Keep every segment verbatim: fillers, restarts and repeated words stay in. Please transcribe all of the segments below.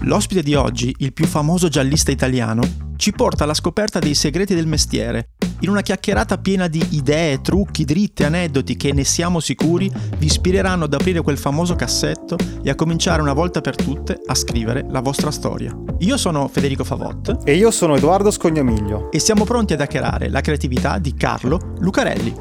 L'ospite di oggi, il più famoso giallista italiano, ci porta alla scoperta dei segreti del mestiere, in una chiacchierata piena di idee, trucchi, dritte, aneddoti che, ne siamo sicuri, vi ispireranno ad aprire quel famoso cassetto e a cominciare una volta per tutte a scrivere la vostra storia. Io sono Federico Favot. E io sono Edoardo Scognamiglio. E siamo pronti ad hackerare la creatività di Carlo Lucarelli.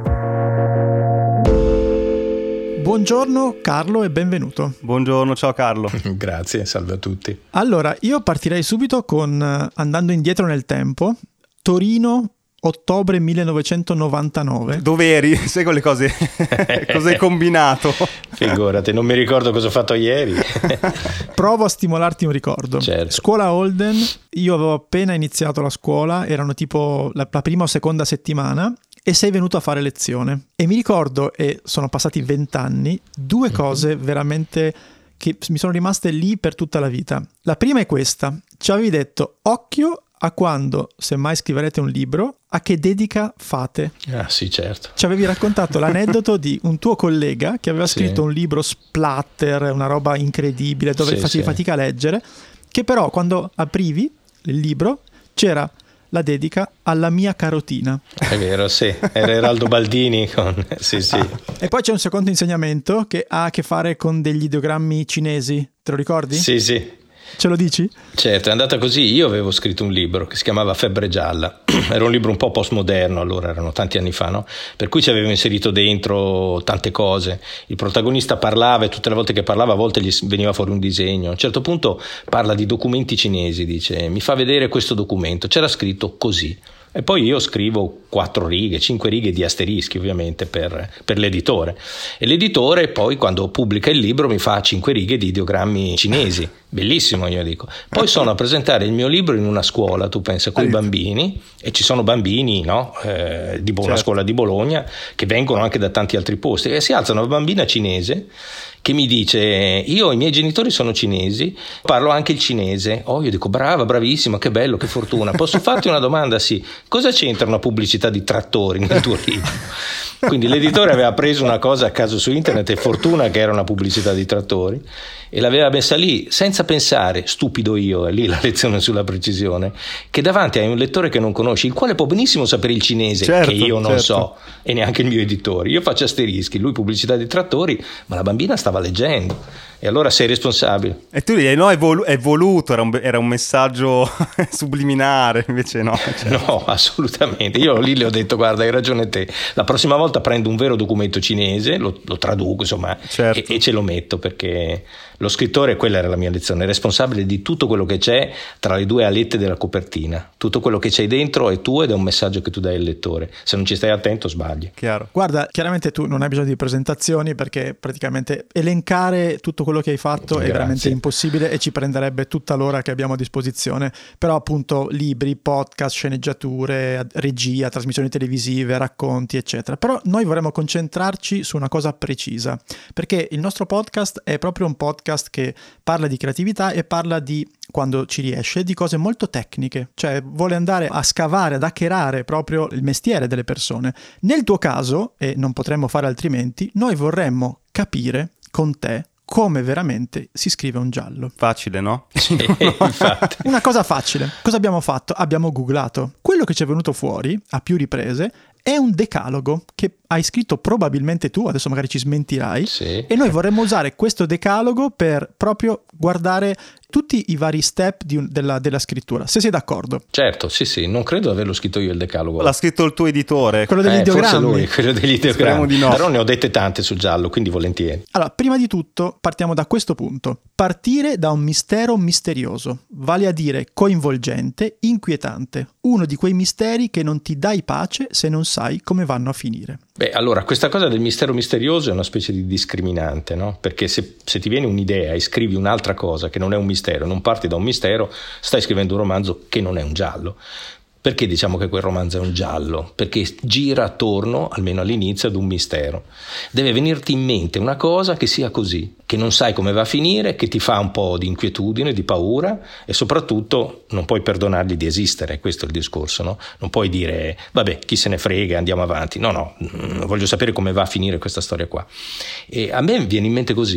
Buongiorno Carlo e benvenuto. Buongiorno, ciao Carlo. Grazie, salve a tutti. Allora, io partirei subito con, andando indietro nel tempo, Torino, ottobre millenovecentonovantanove. Dove eri? Sai quelle cose? Cosa hai combinato? Figurati, non mi ricordo cosa ho fatto ieri. Provo a stimolarti un ricordo. Certo. Scuola Holden, io avevo appena iniziato la scuola, erano tipo la, la prima o seconda settimana, e sei venuto a fare lezione. E mi ricordo, e sono passati vent'anni, due cose veramente che mi sono rimaste lì per tutta la vita. La prima è questa: ci avevi detto occhio a quando, se mai scriverete un libro, a che dedica fate. Ah sì, certo. Ci avevi raccontato l'aneddoto di un tuo collega che aveva Sì. scritto un libro splatter, una roba incredibile, dove Sì, facevi sì. fatica a leggere, che però quando aprivi il libro c'era la dedica alla mia carotina. È vero, sì. Era Eraldo Baldini con... Sì, sì. E poi c'è un secondo insegnamento che ha a che fare con degli ideogrammi cinesi. Te lo ricordi? Sì, sì. Ce lo dici? Certo, è andata così. Io avevo scritto un libro che si chiamava Febbre Gialla. Era un libro un po' postmoderno, allora erano tanti anni fa, no? Per cui ci avevo inserito dentro tante cose. Il protagonista parlava e tutte le volte che parlava a volte gli veniva fuori un disegno. A un certo punto parla di documenti cinesi, dice: mi fa vedere questo documento. C'era scritto così. E poi io scrivo quattro righe, cinque righe di asterischi ovviamente per, per l'editore. E l'editore poi quando pubblica il libro mi fa cinque righe di ideogrammi cinesi. Bellissimo, io dico. Poi sono a presentare il mio libro in una scuola, tu pensa, con i bambini, e ci sono bambini, no? Eh, di una Certo. scuola di Bologna che vengono anche da tanti altri posti. E si alza una bambina cinese che mi dice: io, i miei genitori sono cinesi, parlo anche il cinese. Oh, io dico: brava, bravissima, che bello, che fortuna. Posso farti una domanda? Sì. Cosa c'entra una pubblicità di trattori nel tuo libro? Quindi l'editore aveva preso una cosa a caso su internet, e fortuna che era una pubblicità di trattori, e l'aveva messa lì senza pensare, stupido io, è lì la lezione sulla precisione, che davanti hai un lettore che non conosci, il quale può benissimo sapere il cinese, Certo, che io non certo. so, e neanche il mio editore. Io faccio asterischi, lui pubblicità di trattori, ma la bambina stava leggendo. E allora sei responsabile. E tu dici: no, è, volu- è voluto, era un, era un messaggio subliminare, invece no. Cioè. No, assolutamente. Io lì le ho detto: guarda, hai ragione te, la prossima volta prendo un vero documento cinese, lo, lo traduco insomma, Certo. e, e ce lo metto, perché lo scrittore, quella era la mia lezione, è responsabile di tutto quello che c'è tra le due alette della copertina. Tutto quello che c'hai dentro è tuo ed è un messaggio che tu dai al lettore. Se non ci stai attento sbagli. Chiaro. Guarda, chiaramente tu non hai bisogno di presentazioni, perché praticamente elencare tutto quello che hai fatto è Grazie. veramente impossibile e ci prenderebbe tutta l'ora che abbiamo a disposizione. Però appunto libri, podcast, sceneggiature, regia, trasmissioni televisive, racconti eccetera. Però noi vorremmo concentrarci su una cosa precisa, perché il nostro podcast è proprio un podcast che parla di creatività e parla di, quando ci riesce, di cose molto tecniche, cioè vuole andare a scavare, ad hackerare proprio il mestiere delle persone. Nel tuo caso, e non potremmo fare altrimenti, noi vorremmo capire con te come veramente si scrive un giallo. Facile, no? Sì, infatti. Una cosa facile. Cosa abbiamo fatto? Abbiamo googlato. Quello che ci è venuto fuori a più riprese è un decalogo che hai scritto probabilmente tu, adesso magari ci smentirai, Sì. e noi vorremmo usare questo decalogo per proprio guardare tutti i vari step di un- della, della scrittura, se sei d'accordo. Certo, sì, sì, non credo di averlo scritto io il decalogo. L'ha scritto il tuo editore. Quello degli Eh, forse ideogrammi. lui, quello degli Speriamo ideogrammi. di no. Però ne ho dette tante sul giallo, quindi volentieri. Allora, prima di tutto partiamo da questo punto. Partire da un mistero misterioso, vale a dire coinvolgente, inquietante. Uno di quei misteri che non ti dai pace se non sai come vanno a finire. Beh, allora, questa cosa del mistero misterioso è una specie di discriminante, no? Perché se, se ti viene un'idea e scrivi un'altra cosa che non è un mistero, non parti da un mistero, stai scrivendo un romanzo che non è un giallo. Perché diciamo che quel romanzo è un giallo? Perché gira attorno, almeno all'inizio, ad un mistero. Deve venirti in mente una cosa che sia così, che non sai come va a finire, che ti fa un po' di inquietudine, di paura, e soprattutto non puoi perdonargli di esistere. Questo è il discorso, no? Non puoi dire vabbè, chi se ne frega, andiamo avanti. No, no, voglio sapere come va a finire questa storia qua. E a me viene in mente così.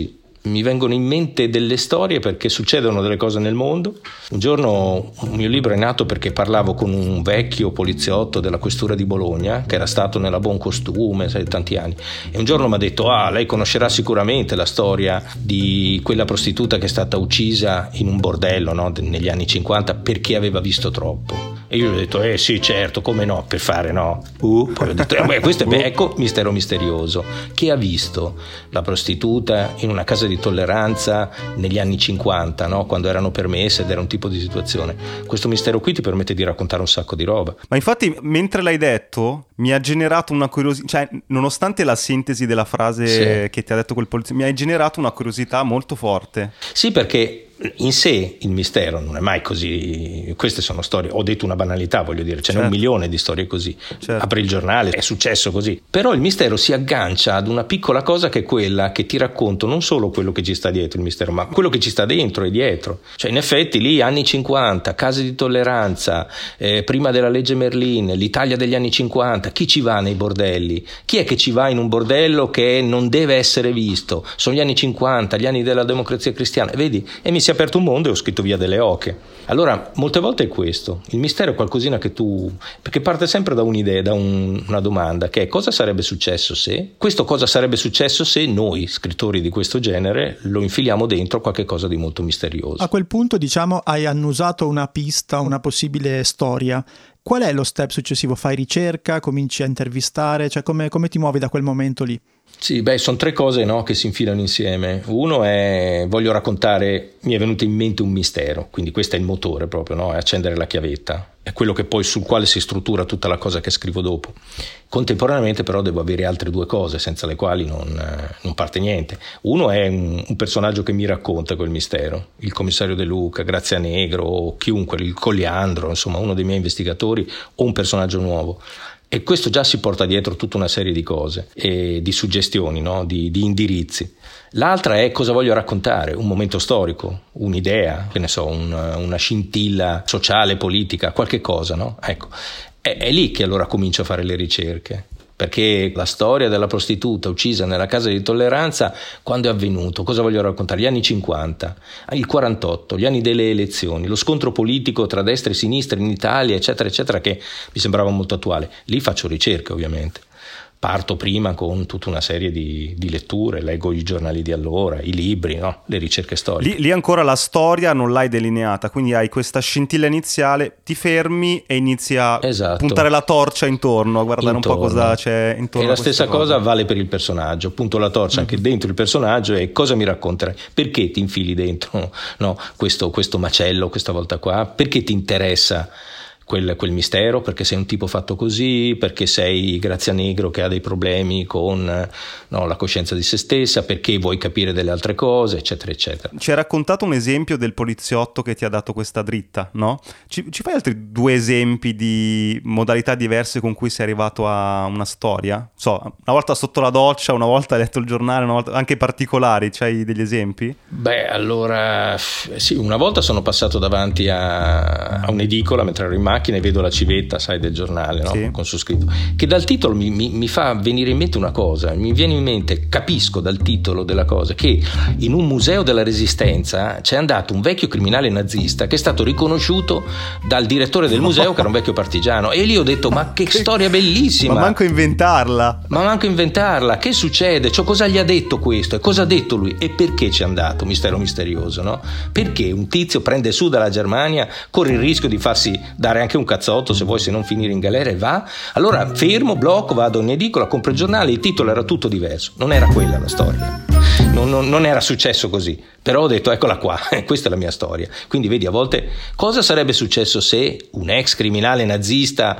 Mi vengono in mente delle storie perché succedono delle cose nel mondo. Un giorno un mio libro è nato perché parlavo con un vecchio poliziotto della questura di Bologna che era stato nella Buon Costume, sai, tanti anni, e un giorno mi ha detto: ah, lei conoscerà sicuramente la storia di quella prostituta che è stata uccisa in un bordello, no, negli anni cinquanta perché aveva visto troppo. E io gli ho detto: eh sì, certo, come no, per fare no. Uh, poi ho detto: eh, beh, questo è be- ecco, mistero misterioso. Chi ha visto la prostituta in una casa di tolleranza negli anni cinquanta, no? Quando erano permesse ed era un tipo di situazione? Questo mistero qui ti permette di raccontare un sacco di roba. Ma infatti, mentre l'hai detto, mi ha generato una curiosità, cioè, nonostante la sintesi della frase sì. che ti ha detto quel poliziotto, mi hai generato una curiosità molto forte. Sì, perché in sé il mistero non è mai così. Queste sono storie, ho detto una banalità, voglio dire, ce n'è certo. un milione di storie così. Certo. Apri il giornale, è successo così. Però il mistero si aggancia ad una piccola cosa che è quella che ti racconto non solo quello che ci sta dietro il mistero, ma quello che ci sta dentro e dietro. Cioè, in effetti lì anni cinquanta, case di tolleranza, eh, prima della legge Merlin, l'Italia degli anni cinquanta, chi ci va nei bordelli? Chi è che ci va in un bordello che non deve essere visto? Sono gli anni cinquanta, gli anni della democrazia cristiana, vedi? E mi si è aperto un mondo e ho scritto via delle oche. Allora, molte volte è questo, il mistero è qualcosina che tu, perché parte sempre da un'idea, da un, una domanda, che è: cosa sarebbe successo se? Questo cosa sarebbe successo se noi, scrittori di questo genere, lo infiliamo dentro qualche cosa di molto misterioso. A quel punto, diciamo, hai annusato una pista, una possibile storia. Qual è lo step successivo? Fai ricerca, cominci a intervistare, cioè come, come ti muovi da quel momento lì? Sì, beh, sono tre cose, no, che si infilano insieme. Uno è: voglio raccontare, mi è venuto in mente un mistero, quindi questo è il motore proprio, no? È accendere la chiavetta, è quello che poi sul quale si struttura tutta la cosa che scrivo dopo. Contemporaneamente però devo avere altre due cose senza le quali non, non parte niente. Uno è un, un personaggio che mi racconta quel mistero, il commissario De Luca, Grazia Negro o chiunque, il Colliandro, insomma uno dei miei investigatori, o un personaggio nuovo. E questo già si porta dietro tutta una serie di cose, e di suggestioni, no? di, di indirizzi. L'altra è: cosa voglio raccontare? Un momento storico, un'idea, che ne so, un, una scintilla sociale, politica, qualche cosa, no? Ecco, è, è lì che allora comincio a fare le ricerche. Perché la storia della prostituta uccisa nella casa di tolleranza, quando è avvenuto? Cosa voglio raccontare? Gli anni cinquanta, il quarantotto, gli anni delle elezioni, lo scontro politico tra destra e sinistra in Italia, eccetera, eccetera, che mi sembrava molto attuale. Lì faccio ricerche, ovviamente. Parto prima con tutta una serie di, di letture, leggo i giornali di allora, i libri, no? Le ricerche storiche. Lì, lì ancora la storia non l'hai delineata, quindi hai questa scintilla iniziale, ti fermi e inizi a esatto. puntare la torcia intorno, a guardare intorno. un po' cosa c'è intorno. E la stessa cosa vale per il personaggio, punto la torcia mm-hmm. anche dentro il personaggio e cosa mi racconterai, perché ti infili dentro no, questo, questo macello questa volta qua, perché ti interessa Quel, quel mistero, perché sei un tipo fatto così, perché sei Grazia Negro che ha dei problemi con no, la coscienza di se stessa, perché vuoi capire delle altre cose, eccetera eccetera. Ci hai raccontato un esempio del poliziotto che ti ha dato questa dritta, no? Ci, ci fai altri due esempi di modalità diverse con cui sei arrivato a una storia? So, una volta sotto la doccia, una volta hai letto il giornale, una volta anche particolari, c'hai degli esempi? Beh, allora sì, una volta sono passato davanti a, a un'edicola mentre ero in macchina e vedo la civetta, sai, del giornale, no? Sì. Con su scritto, che dal titolo mi, mi, mi fa venire in mente una cosa, mi viene in mente, capisco dal titolo della cosa, che in un museo della Resistenza c'è andato un vecchio criminale nazista che è stato riconosciuto dal direttore del museo, che era un vecchio partigiano, e lì ho detto: ma che storia bellissima! Ma manco inventarla! Ma manco inventarla! Che succede? Cioè, cosa gli ha detto questo? E cosa ha detto lui? E perché ci è andato? Mistero misterioso, no? Perché un tizio prende su dalla Germania, corre il rischio di farsi dare anche un cazzotto, se vuoi, se non finire in galera, e va. Allora fermo, blocco, vado in edicola, compro il giornale, il titolo era tutto diverso, non era quella la storia, non, non, non era successo così, però ho detto: eccola qua, questa è la mia storia. Quindi vedi, a volte cosa sarebbe successo se un ex criminale nazista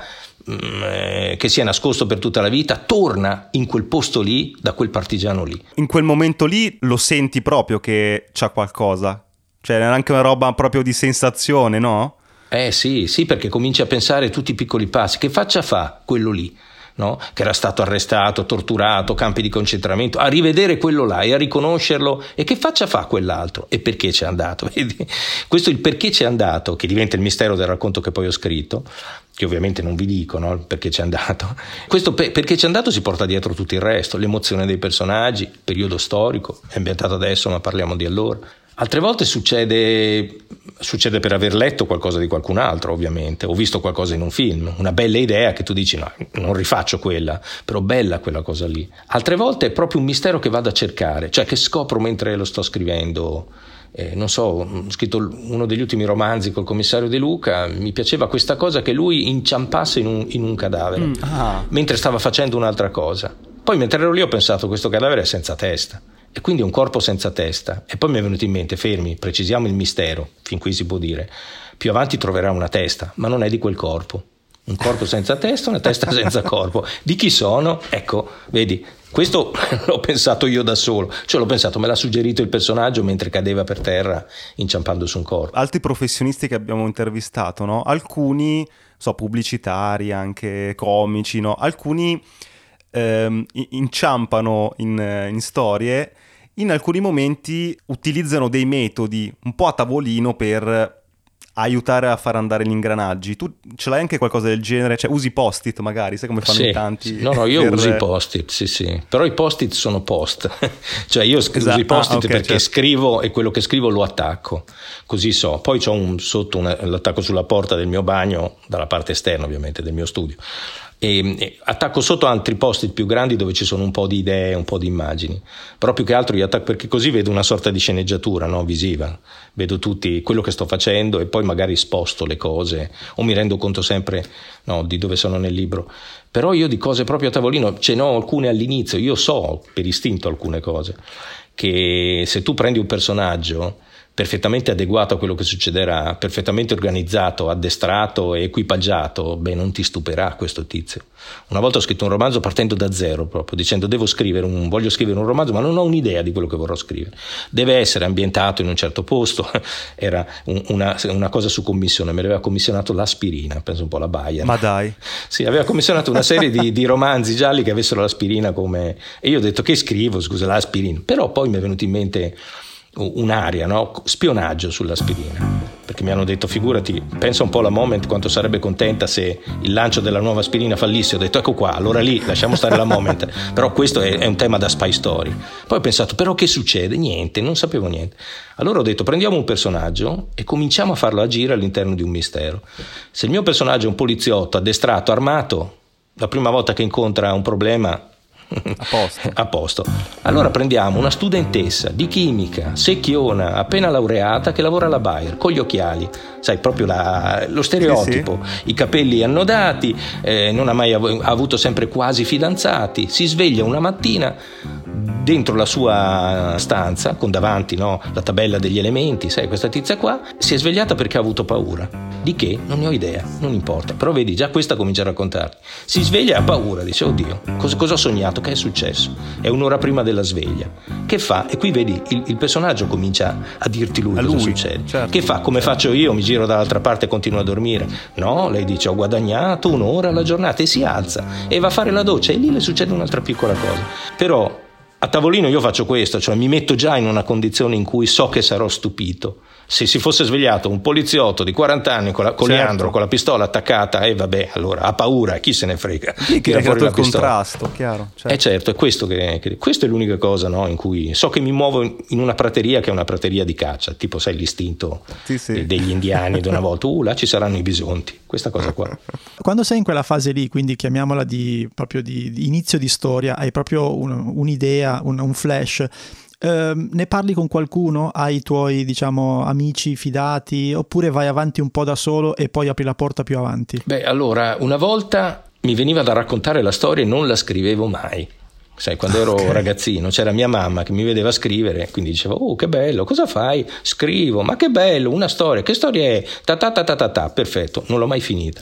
mh, che si è nascosto per tutta la vita torna in quel posto lì da quel partigiano lì. In quel momento lì lo senti proprio che c'ha qualcosa, cioè è anche una roba proprio di sensazione, no? Eh sì, sì, perché cominci a pensare tutti i piccoli passi. Che faccia fa quello lì? no? Che era stato arrestato, torturato, campi di concentramento, a rivedere quello là e a riconoscerlo, e che faccia fa quell'altro e perché c'è andato, vedi? Questo il perché c'è andato, che diventa il mistero del racconto che poi ho scritto, che ovviamente non vi dico, no? Perché c'è andato. Questo per, perché c'è andato si porta dietro tutto il resto, l'emozione dei personaggi, il periodo storico, è ambientato adesso ma parliamo di allora. Altre volte succede, succede per aver letto qualcosa di qualcun altro, ovviamente, o visto qualcosa in un film, una bella idea che tu dici no, non rifaccio quella, però bella quella cosa lì. Altre volte è proprio un mistero che vado a cercare, cioè che scopro mentre lo sto scrivendo. Eh, non so, ho scritto uno degli ultimi romanzi col commissario De Luca, mi piaceva questa cosa che lui inciampasse in un, in un cadavere, mm, ah. mentre stava facendo un'altra cosa. Poi mentre ero lì ho pensato, questo cadavere è senza testa, e quindi è un corpo senza testa, e poi mi è venuto in mente, fermi, precisiamo il mistero, fin qui si può dire, più avanti troverà una testa, ma non è di quel corpo. Un corpo senza testa, una testa senza corpo. Di chi sono? Ecco, vedi, questo l'ho pensato io da solo, cioè l'ho pensato, me l'ha suggerito il personaggio mentre cadeva per terra inciampando su un corpo. Altri professionisti che abbiamo intervistato, no? Alcuni, so, pubblicitari, anche comici, no? Alcuni ehm, inciampano in, in storie, in alcuni momenti utilizzano dei metodi un po' a tavolino per aiutare a far andare gli ingranaggi. Tu ce l'hai anche qualcosa del genere? Cioè usi post-it magari, sai come fanno sì. in tanti? No, no, io per... uso i post-it, sì, sì. Però i post-it sono post. Cioè io sc- esatto. uso i post-it ah, okay, perché certo. scrivo e quello che scrivo lo attacco, così so. Poi c'ho un, sotto una, l'attacco sulla porta del mio bagno, dalla parte esterna ovviamente del mio studio. E, e attacco sotto altri post-it più grandi dove ci sono un po' di idee, un po' di immagini, però più che altro io attacco perché così vedo una sorta di sceneggiatura, no? Visiva, vedo tutti quello che sto facendo e poi magari sposto le cose o mi rendo conto sempre, no, di dove sono nel libro. Però io di cose proprio a tavolino ce n'ho alcune all'inizio, io so per istinto alcune cose, che se tu prendi un personaggio perfettamente adeguato a quello che succederà, perfettamente organizzato, addestrato e equipaggiato, beh, non ti stupirà questo tizio. Una volta ho scritto un romanzo partendo da zero, proprio dicendo devo scrivere un, voglio scrivere un romanzo, ma non ho un'idea di quello che vorrò scrivere. Deve essere ambientato in un certo posto. Era un, una, una cosa su commissione, me l'aveva commissionato l'Aspirina, penso un po' la Bayer. Ma dai. Sì, aveva commissionato una serie di, di romanzi gialli che avessero l'aspirina come... E io ho detto che scrivo, scusa, l'aspirina. Però poi mi è venuto in mente un'area, no? Spionaggio sull'aspirina, perché mi hanno detto figurati, pensa un po' alla Moment quanto sarebbe contenta se il lancio della nuova aspirina fallisse. Ho detto ecco qua, allora lì lasciamo stare la Moment. Però questo è, è un tema da spy story. Poi ho pensato però che succede? Niente, non sapevo niente. Allora ho detto prendiamo un personaggio e cominciamo a farlo agire all'interno di un mistero. Se il mio personaggio è un poliziotto addestrato, armato, la prima volta che incontra un problema a posto. a posto. Allora prendiamo una studentessa di chimica, secchiona, appena laureata, che lavora alla Bayer, con gli occhiali, sai, proprio la, lo stereotipo, sì, sì. I capelli annodati, eh, non ha mai av- ha avuto sempre quasi fidanzati, si sveglia una mattina dentro la sua stanza con davanti, no, la tabella degli elementi, sai, questa tizia qua si è svegliata perché ha avuto paura. Di che? Non ne ho idea, non importa, però vedi, già questa comincia a raccontarti. Si sveglia e ha paura, dice oddio, cosa, cosa ho sognato, che è successo? È un'ora prima della sveglia. Che fa? E qui vedi, il, il personaggio comincia a dirti lui a cosa lui, succede. Certo, che fa? Come certo. faccio io? Mi giro dall'altra parte e continuo a dormire? No, lei dice ho guadagnato un'ora alla giornata, e si alza e va a fare la doccia e lì le succede un'altra piccola cosa. Però a tavolino io faccio questo, cioè mi metto già in una condizione in cui so che sarò stupito. Se si fosse svegliato un poliziotto di quaranta anni con, la, con certo. Leandro con la pistola attaccata, e eh, vabbè, allora ha paura, chi se ne frega. Chi che ha fatto il contrasto, chiaro. Certo. Eh certo, è questo che, che questa è l'unica cosa, no, in cui so che mi muovo in una prateria che è una prateria di caccia, tipo sai l'istinto sì, sì. degli indiani di una volta, uh là ci saranno i bisonti, questa cosa qua. Quando sei in quella fase lì, quindi chiamiamola di proprio di, di inizio di storia, hai proprio un, un'idea, un, un flash. Uh, ne parli con qualcuno? Hai i tuoi, diciamo, amici fidati, oppure vai avanti un po' da solo e poi apri la porta più avanti? Beh, allora, una volta mi veniva da raccontare la storia e non la scrivevo mai. Sai, quando ero okay. ragazzino c'era mia mamma che mi vedeva scrivere, quindi diceva oh che bello, cosa fai? Scrivo, ma che bello, una storia, che storia è? Ta ta ta ta ta ta, perfetto, non l'ho mai finita,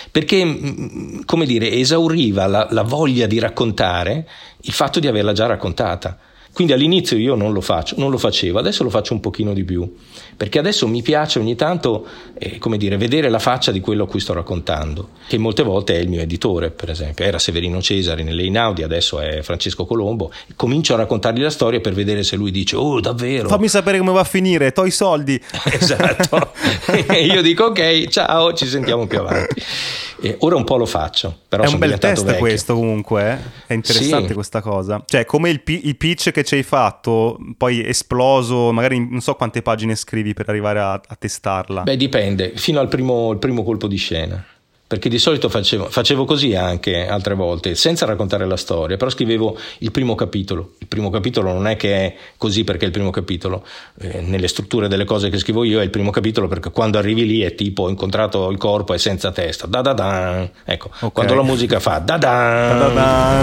perché come dire esauriva la, la voglia di raccontare il fatto di averla già raccontata. Quindi all'inizio io non lo faccio, non lo facevo, adesso lo faccio un pochino di più, perché adesso mi piace ogni tanto, eh, come dire, vedere la faccia di quello a cui sto raccontando, che molte volte è il mio editore, per esempio, era Severino Cesari nelle Einaudi, adesso è Francesco Colombo, comincio a raccontargli la storia per vedere se lui dice, oh davvero? Fammi sapere come va a finire, to i soldi. Esatto, e io dico ok, ciao, ci sentiamo più avanti. E ora un po' lo faccio, però è sono un bel test vecchio. questo comunque, eh? È interessante sì. Questa cosa, cioè come il, p- il pitch che ci hai fatto poi esploso, magari non so quante pagine scrivi per arrivare a, a testarla. Beh, dipende, fino al primo, il primo colpo di scena, perché di solito facevo, facevo così anche altre volte, senza raccontare la storia, però scrivevo il primo capitolo. Il primo capitolo non è che è così perché è il primo capitolo, eh, nelle strutture delle cose che scrivo io è il primo capitolo perché quando arrivi lì è tipo ho incontrato il corpo e senza testa, da da da, ecco, okay. Quando la musica fa da da, da, da.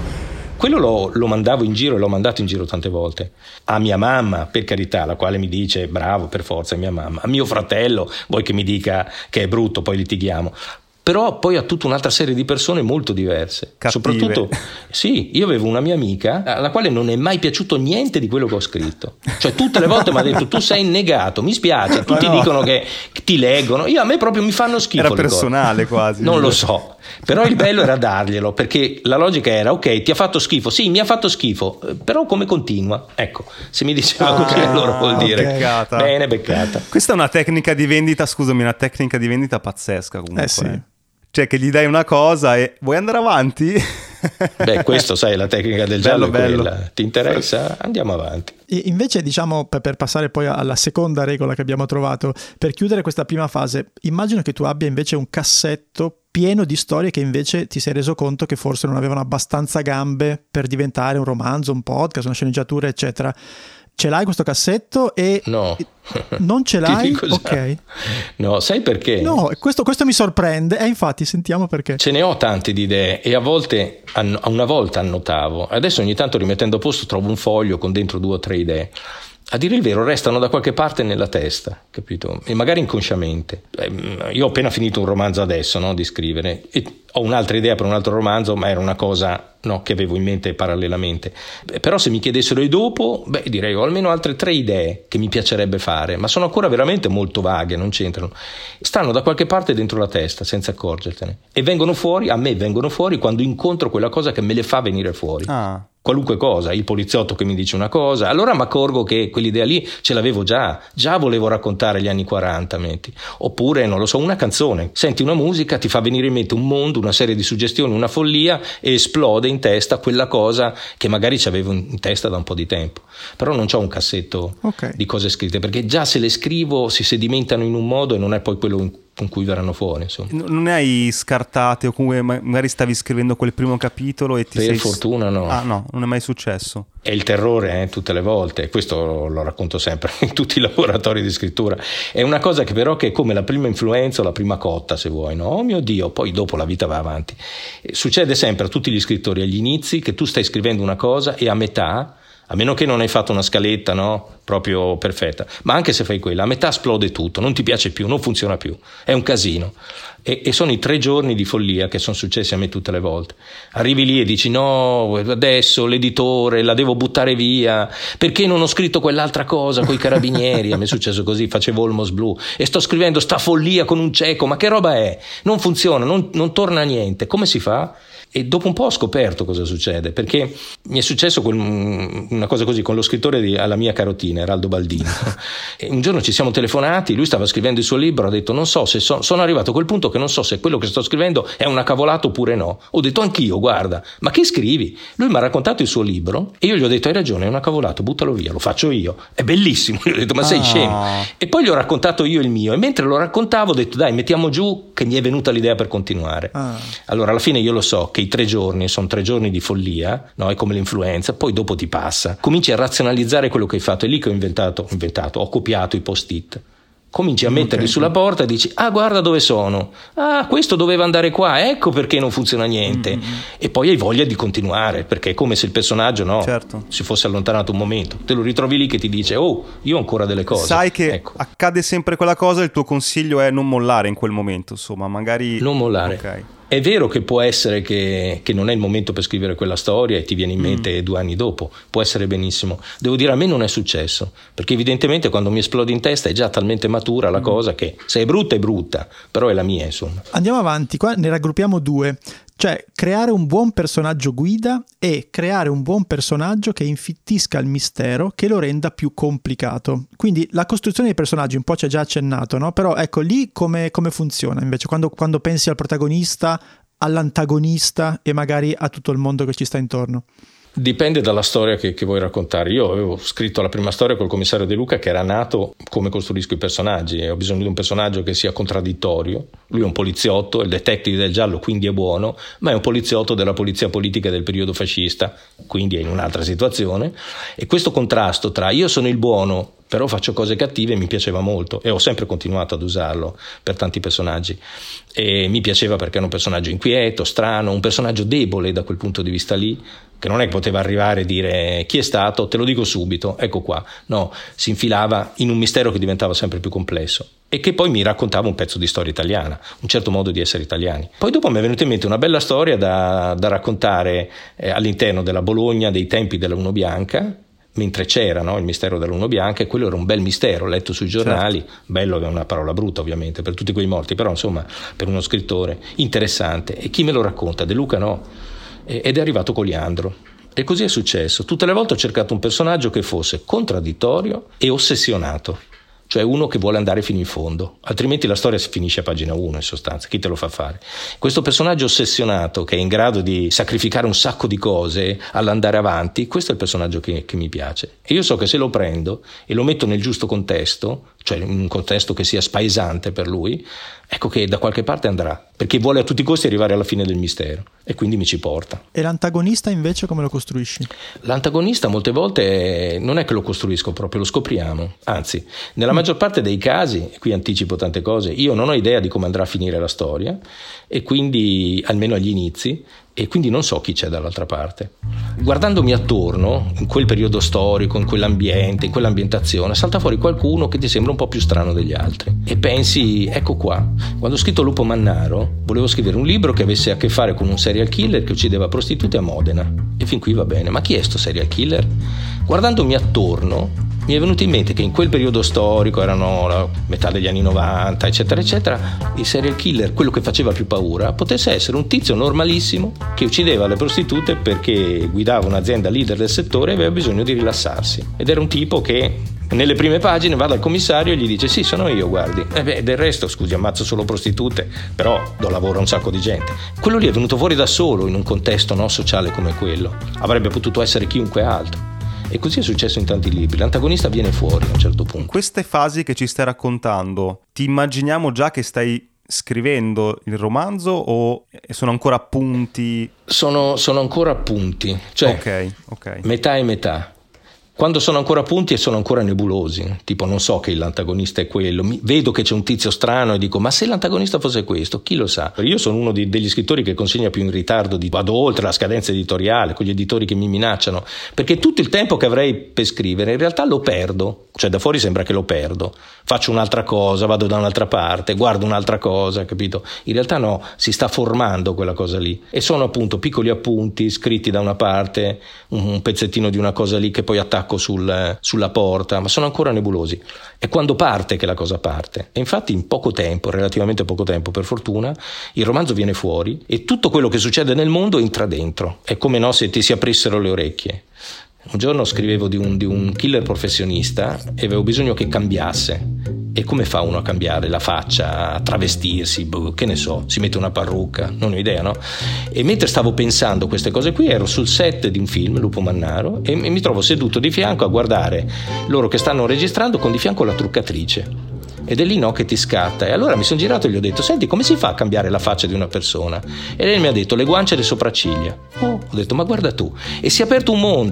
Quello lo, lo mandavo in giro e l'ho mandato in giro tante volte a mia mamma, per carità, la quale mi dice bravo, per forza è mia mamma, a mio fratello, vuoi che mi dica che è brutto, poi litighiamo. Però poi a tutta un'altra serie di persone molto diverse. Cattive. Soprattutto, sì, io avevo una mia amica alla quale non è mai piaciuto niente di quello che ho scritto. Cioè tutte le volte mi ha detto tu sei negato, mi spiace, tutti no. dicono che ti leggono, io a me proprio mi fanno schifo. Era personale quasi. Non lo so, però il bello era darglielo, perché la logica era ok, ti ha fatto schifo, sì mi ha fatto schifo, però come continua? Ecco, se mi diceva ah, così allora vuol dire beccata. Bene, beccata. Questa è una tecnica di vendita, scusami, una tecnica di vendita pazzesca comunque. Eh sì. Cioè che gli dai una cosa e vuoi andare avanti? Beh, questo sai, la tecnica del giallo è quella. Ti interessa? Andiamo avanti. E invece diciamo per, per passare poi alla seconda regola che abbiamo trovato, per chiudere questa prima fase, immagino che tu abbia invece un cassetto pieno di storie che invece ti sei reso conto che forse non avevano abbastanza gambe per diventare un romanzo, un podcast, una sceneggiatura, eccetera. Ce l'hai questo cassetto? E no. Non ce l'hai? Ok. No, sai perché? No, questo, questo mi sorprende e eh, infatti sentiamo perché. Ce ne ho tante di idee e a volte, a una volta annotavo, adesso ogni tanto rimettendo a posto trovo un foglio con dentro due o tre idee. A dire il vero restano da qualche parte nella testa, capito? E magari inconsciamente. Io ho appena finito un romanzo adesso, no, di scrivere, e ho un'altra idea per un altro romanzo, ma era una cosa no, che avevo in mente parallelamente. Però se mi chiedessero e dopo, beh, direi ho almeno altre tre idee che mi piacerebbe fare, ma sono ancora veramente molto vaghe, non c'entrano. Stanno da qualche parte dentro la testa, senza accorgertene. E vengono fuori, a me vengono fuori quando incontro quella cosa che me le fa venire fuori. Ah. Qualunque cosa, il poliziotto che mi dice una cosa, allora mi accorgo che quell'idea lì ce l'avevo già, già volevo raccontare gli anni quaranta, metti. Oppure, non lo so, una canzone, senti una musica, ti fa venire in mente un mondo, una serie di suggestioni, una follia e esplode in testa quella cosa che magari ci avevo in testa da un po' di tempo. Però non c'ho un cassetto okay. di cose scritte, perché già se le scrivo si sedimentano in un modo e non è poi quello in con cui verranno fuori, insomma. Non ne hai scartate o comunque magari stavi scrivendo quel primo capitolo e ti per sei... fortuna no. Ah no, non è mai successo. È il terrore eh, tutte le volte, questo lo racconto sempre in tutti i laboratori di scrittura. È una cosa che però che è come la prima influenza o la prima cotta, se vuoi, no? Oh mio Dio, poi dopo la vita va avanti. Succede sempre a tutti gli scrittori agli inizi che tu stai scrivendo una cosa e a metà, a meno che non hai fatto una scaletta, no? Proprio perfetta, ma anche se fai quella, a metà esplode tutto, non ti piace più, non funziona più, è un casino. E, e sono i tre giorni di follia che sono successi a me tutte le volte. Arrivi lì e dici no, adesso l'editore la devo buttare via, perché non ho scritto quell'altra cosa coi carabinieri? A me è successo così, facevo Olmos Blu e sto scrivendo sta follia con un cieco, ma che roba è? Non funziona, non, non torna a niente, come si fa? E dopo un po' ho scoperto cosa succede, perché mi è successo quel, una cosa così con lo scrittore di alla mia carotina, Eraldo Baldini. E un giorno ci siamo telefonati, lui stava scrivendo il suo libro, ha detto non so se so, sono arrivato a quel punto che non so se quello che sto scrivendo è una cavolata oppure no. Ho detto anch'io, guarda, ma che scrivi? Lui mi ha raccontato il suo libro e io gli ho detto hai ragione, è una cavolata, buttalo via, lo faccio io, è bellissimo. Gli ho detto ma sei ah. scemo. E poi gli ho raccontato io il mio e mentre lo raccontavo ho detto dai mettiamo giù che mi è venuta l'idea per continuare. Ah. Allora alla fine io lo so che i tre giorni sono tre giorni di follia, no? È come l'influenza, poi dopo ti passa, cominci a razionalizzare quello che hai fatto, è lì che ho inventato, ho inventato, ho copiato i post-it. Cominci a metterli okay. sulla porta e dici ah guarda dove sono, ah questo doveva andare qua, ecco perché non funziona niente. Mm-hmm. E poi hai voglia di continuare perché è come se il personaggio no certo. si fosse allontanato un momento, te lo ritrovi lì che ti dice oh io ho ancora delle cose, sai che ecco. accade sempre quella cosa, il tuo consiglio è non mollare in quel momento, insomma magari non mollare ok. È vero che può essere che, che non è il momento per scrivere quella storia e ti viene in mente mm. due anni dopo, può essere benissimo. Devo dire, a me non è successo, perché evidentemente quando mi esplode in testa è già talmente matura la mm. cosa che se è brutta è brutta, però è la mia, insomma. Andiamo avanti, qua ne raggruppiamo due. Cioè, creare un buon personaggio guida e creare un buon personaggio che infittisca il mistero, che lo renda più complicato. Quindi la costruzione dei personaggi un po' ci ha già accennato, no? Però ecco, lì come, come funziona invece? Quando, quando pensi al protagonista, all'antagonista e magari a tutto il mondo che ci sta intorno? Dipende dalla storia che, che vuoi raccontare. Io avevo scritto la prima storia col commissario De Luca, che era nato come costruisco i personaggi, e ho bisogno di un personaggio che sia contraddittorio. Lui è un poliziotto, è il detective del giallo, quindi è buono, ma è un poliziotto della polizia politica del periodo fascista, quindi è in un'altra situazione, e questo contrasto tra io sono il buono però faccio cose cattive mi piaceva molto, e ho sempre continuato ad usarlo per tanti personaggi, e mi piaceva perché era un personaggio inquieto, strano, un personaggio debole da quel punto di vista lì, che non è che poteva arrivare e dire chi è stato, te lo dico subito, ecco qua, no, si infilava in un mistero che diventava sempre più complesso e che poi mi raccontava un pezzo di storia italiana, un certo modo di essere italiani. Poi dopo mi è venuta in mente una bella storia da, da raccontare eh, all'interno della Bologna dei tempi della Uno Bianca, mentre c'era, no, il mistero dell'Uno Bianca, e quello era un bel mistero letto sui giornali, certo. Bello è una parola brutta ovviamente per tutti quei morti, però insomma per uno scrittore interessante. E chi me lo racconta? De Luca no, ed è arrivato Coliandro, e così è successo. Tutte le volte ho cercato un personaggio che fosse contraddittorio e ossessionato, cioè uno che vuole andare fino in fondo, altrimenti la storia finisce a pagina uno in sostanza, chi te lo fa fare? Questo personaggio ossessionato che è in grado di sacrificare un sacco di cose all'andare avanti, questo è il personaggio che, che mi piace, e io so che se lo prendo e lo metto nel giusto contesto, cioè in un contesto che sia spaesante per lui, ecco che da qualche parte andrà, perché vuole a tutti i costi arrivare alla fine del mistero e quindi mi ci porta. E l'antagonista invece come lo costruisci? L'antagonista molte volte non è che lo costruisco proprio, lo scopriamo, anzi nella maggior parte dei casi, qui anticipo tante cose, io non ho idea di come andrà a finire la storia, e quindi almeno agli inizi, e quindi non so chi c'è dall'altra parte. Guardandomi attorno, in quel periodo storico, in quell'ambiente, in quell'ambientazione, salta fuori qualcuno che ti sembra un po' più strano degli altri e pensi, ecco qua, quando ho scritto Lupo Mannaro volevo scrivere un libro che avesse a che fare con un serial killer che uccideva prostitute a Modena, e fin qui va bene, ma chi è sto serial killer? Guardandomi attorno mi è venuto in mente che in quel periodo storico, erano la metà degli anni novanta, eccetera eccetera, il serial killer, quello che faceva più paura, potesse essere un tizio normalissimo che uccideva le prostitute perché guidava un'azienda leader del settore e aveva bisogno di rilassarsi, ed era un tipo che nelle prime pagine va dal commissario e gli dice sì, sono io, guardi, e beh, del resto scusi, ammazzo solo prostitute, però do lavoro a un sacco di gente. Quello lì è venuto fuori da solo in un contesto no sociale come quello, avrebbe potuto essere chiunque altro. E così è successo in tanti libri, l'antagonista viene fuori a un certo punto. In queste fasi che ci stai raccontando, ti immaginiamo già che stai scrivendo il romanzo o sono ancora appunti? Sono, sono ancora appunti, cioè okay, okay. metà e metà. Quando sono ancora appunti e sono ancora nebulosi, tipo non so che l'antagonista è quello, mi, vedo che c'è un tizio strano e dico ma se l'antagonista fosse questo, chi lo sa? Io sono uno di, degli scrittori che consegna più in ritardo, di, vado oltre la scadenza editoriale con gli editori che mi minacciano, perché tutto il tempo che avrei per scrivere in realtà lo perdo, cioè da fuori sembra che lo perdo, faccio un'altra cosa, vado da un'altra parte, guardo un'altra cosa, capito? In realtà no, si sta formando quella cosa lì, e sono appunto piccoli appunti scritti da una parte, un, un pezzettino di una cosa lì che poi attacco Sul, sulla porta, ma sono ancora nebulosi. È quando parte che la cosa parte, e infatti in poco tempo, relativamente poco tempo per fortuna, il romanzo viene fuori e tutto quello che succede nel mondo entra dentro. È come no se ti si aprissero le orecchie. Un giorno scrivevo di un, di un killer professionista e avevo bisogno che cambiasse. E come fa uno a cambiare la faccia, a travestirsi, boh, che ne so, si mette una parrucca, non ho idea, no? E mentre stavo pensando queste cose qui ero sul set di un film, Lupo Mannaro, e mi trovo seduto di fianco a guardare loro che stanno registrando con di fianco la truccatrice. Ed è lì no che ti scatta, e allora mi sono girato e gli ho detto senti, come si fa a cambiare la faccia di una persona? E lei mi ha detto le guance e le sopracciglia. Oh, ho detto ma guarda tu, e si è aperto un mondo.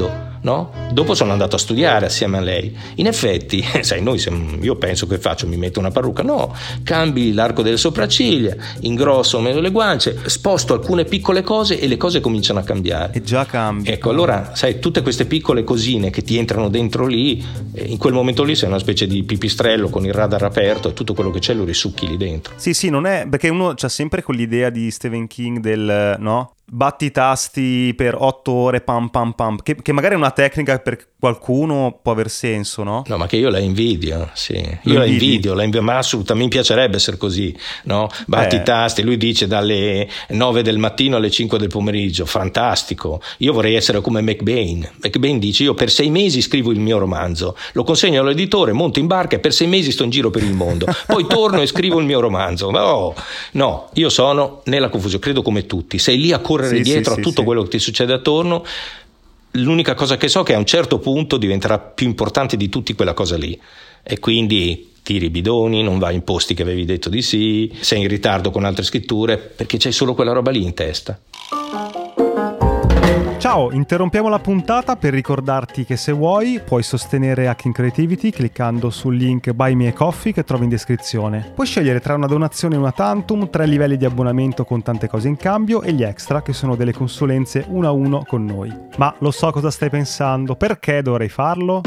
no? Dopo sono andato a studiare assieme a lei. In effetti, sai, noi siamo, io penso che faccio, mi metto una parrucca, no, cambi l'arco delle sopracciglia, ingrosso meno le guance, sposto alcune piccole cose e le cose cominciano a cambiare. E già cambia. Ecco, allora, sai, tutte queste piccole cosine che ti entrano dentro lì, in quel momento lì sei una specie di pipistrello con il radar aperto e tutto quello che c'è lo risucchi lì dentro. Sì, sì, non è, perché uno c'ha sempre quell'idea di Stephen King del, no? Batti i tasti per otto ore, pam pam pam, che, che magari è una tecnica per qualcuno può aver senso, no? No, ma che io la invidio, sì. Io Lo la invidio, la invidio, ma assolutamente mi piacerebbe essere così, no? Batti i tasti, lui dice dalle nove del mattino alle cinque del pomeriggio, fantastico. Io vorrei essere come McBain. McBain dice: io per sei mesi scrivo il mio romanzo, lo consegno all'editore, monto in barca e per sei mesi sto in giro per il mondo, poi torno e scrivo il mio romanzo. Oh, no, io sono nella confusione, credo come tutti, sei lì a correre sì, dietro sì, a tutto sì, quello che ti succede attorno. L'unica cosa che so è che a un certo punto diventerà più importante di tutti quella cosa lì, e quindi tiri i bidoni, non vai in posti che avevi detto di sì, sei in ritardo con altre scritture perché c'hai solo quella roba lì in testa. Ciao, interrompiamo la puntata per ricordarti che se vuoi puoi sostenere Hacking Creativity cliccando sul link Buy Me a Coffee che trovi in descrizione. Puoi scegliere tra una donazione e una tantum, tre livelli di abbonamento con tante cose in cambio e gli extra che sono delle consulenze uno a uno con noi. Ma lo so cosa stai pensando, perché dovrei farlo?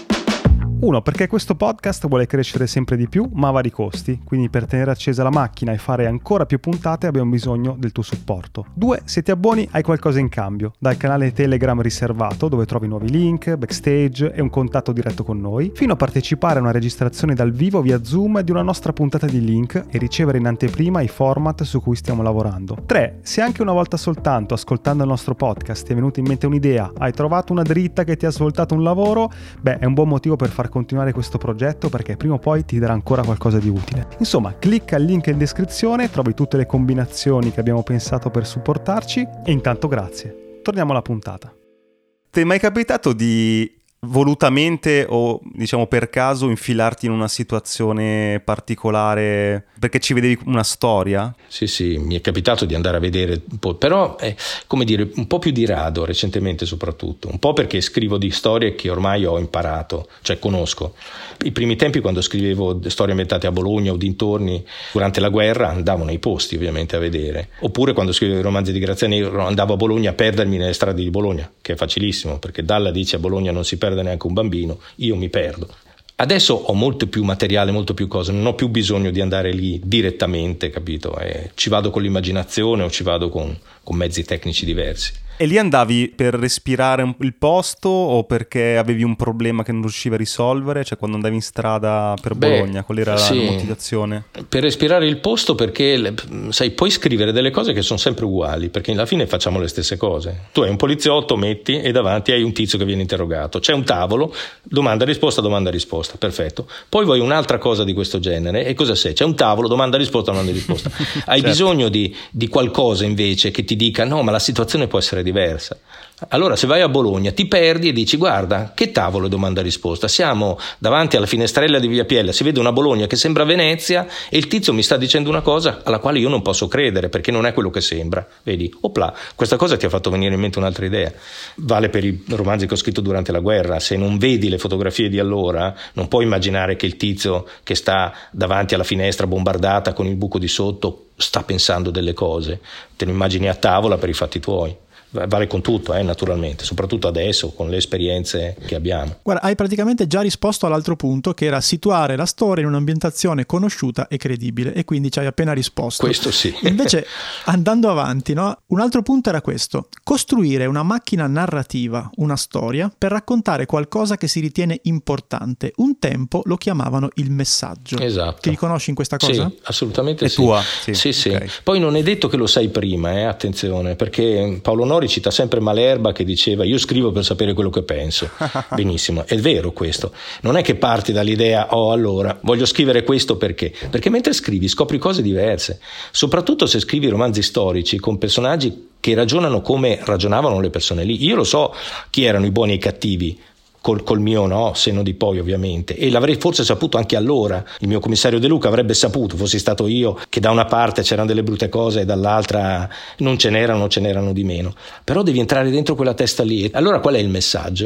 Uno, perché questo podcast vuole crescere sempre di più, ma a vari costi, quindi per tenere accesa la macchina e fare ancora più puntate abbiamo bisogno del tuo supporto. Due, se ti abboni hai qualcosa in cambio, dal canale Telegram riservato dove trovi nuovi link, backstage e un contatto diretto con noi, fino a partecipare a una registrazione dal vivo via Zoom di una nostra puntata di Link e ricevere in anteprima i format su cui stiamo lavorando. Tre, se anche una volta soltanto ascoltando il nostro podcast ti è venuta in mente un'idea, hai trovato una dritta che ti ha svoltato un lavoro, beh, è un buon motivo per far continuare questo progetto perché prima o poi ti darà ancora qualcosa di utile. Insomma, clicca il link in descrizione, trovi tutte le combinazioni che abbiamo pensato per supportarci e intanto grazie. Torniamo alla puntata. Ti è mai capitato di volutamente o diciamo per caso infilarti in una situazione particolare perché ci vedevi una storia? Sì, sì, mi è capitato di andare a vedere un po', però è come dire un po' più di rado recentemente, soprattutto un po' perché scrivo di storie che ormai ho imparato, cioè conosco. I primi tempi, quando scrivevo storie ambientate a Bologna o dintorni durante la guerra, andavo nei posti ovviamente a vedere, oppure quando scrivevo i romanzi di Graziani andavo a Bologna a perdermi nelle strade di Bologna, che è facilissimo perché Dalla dice a Bologna non si perde neanche un bambino, io mi perdo. Adesso ho molto più materiale, molto più cose, non ho più bisogno di andare lì direttamente, capito? E ci vado con l'immaginazione o ci vado con, con mezzi tecnici diversi. E lì andavi per respirare il posto o perché avevi un problema che non riuscivi a risolvere? Cioè quando andavi in strada per Bologna, Beh, qual era sì, la motivazione? Per respirare il posto perché, sai, puoi scrivere delle cose che sono sempre uguali, perché alla fine facciamo le stesse cose. Tu hai un poliziotto, metti, e davanti hai un tizio che viene interrogato. C'è un tavolo, domanda risposta, domanda risposta, perfetto. Poi vuoi un'altra cosa di questo genere e cosa sei? C'è un tavolo, domanda risposta, domanda risposta. Hai certo. bisogno di, di qualcosa invece che ti dica no, ma la situazione può essere diversa. Allora se vai a Bologna ti perdi e dici guarda che tavolo domanda risposta, siamo davanti alla finestrella di Via Piella, si vede una Bologna che sembra Venezia e il tizio mi sta dicendo una cosa alla quale io non posso credere perché non è quello che sembra, vedi, opla, questa cosa ti ha fatto venire in mente un'altra idea. Vale per i romanzi che ho scritto durante la guerra, se non vedi le fotografie di allora non puoi immaginare che il tizio che sta davanti alla finestra bombardata con il buco di sotto sta pensando delle cose, te lo immagini a tavola per i fatti tuoi. Vale con tutto, eh, naturalmente, soprattutto adesso con le esperienze che abbiamo. Guarda, hai praticamente già risposto all'altro punto, che era situare la storia in un'ambientazione conosciuta e credibile, e quindi ci hai appena risposto. Questo sì. Invece, andando avanti, no? Un altro punto era questo: costruire una macchina narrativa, una storia, per raccontare qualcosa che si ritiene importante. Un tempo lo chiamavano il messaggio. Esatto. Ti riconosci in questa cosa? Sì, assolutamente è sì. tua? Sì, sì. sì. Okay. Poi non è detto che lo sai prima, eh, attenzione, perché Paolo Nori cita sempre Malerba che diceva io scrivo per sapere quello che penso. Benissimo, è vero questo. Non è che parti dall'idea oh allora voglio scrivere questo perché? Perché mentre scrivi scopri cose diverse, soprattutto se scrivi romanzi storici con personaggi che ragionano come ragionavano le persone lì. Io lo so chi erano i buoni e i cattivi Col, col mio no, senno di poi ovviamente, e l'avrei forse saputo anche allora. Il mio commissario De Luca avrebbe saputo, fossi stato io, che da una parte c'erano delle brutte cose e dall'altra non ce n'erano, ce n'erano di meno. Però devi entrare dentro quella testa lì. Allora qual è il messaggio?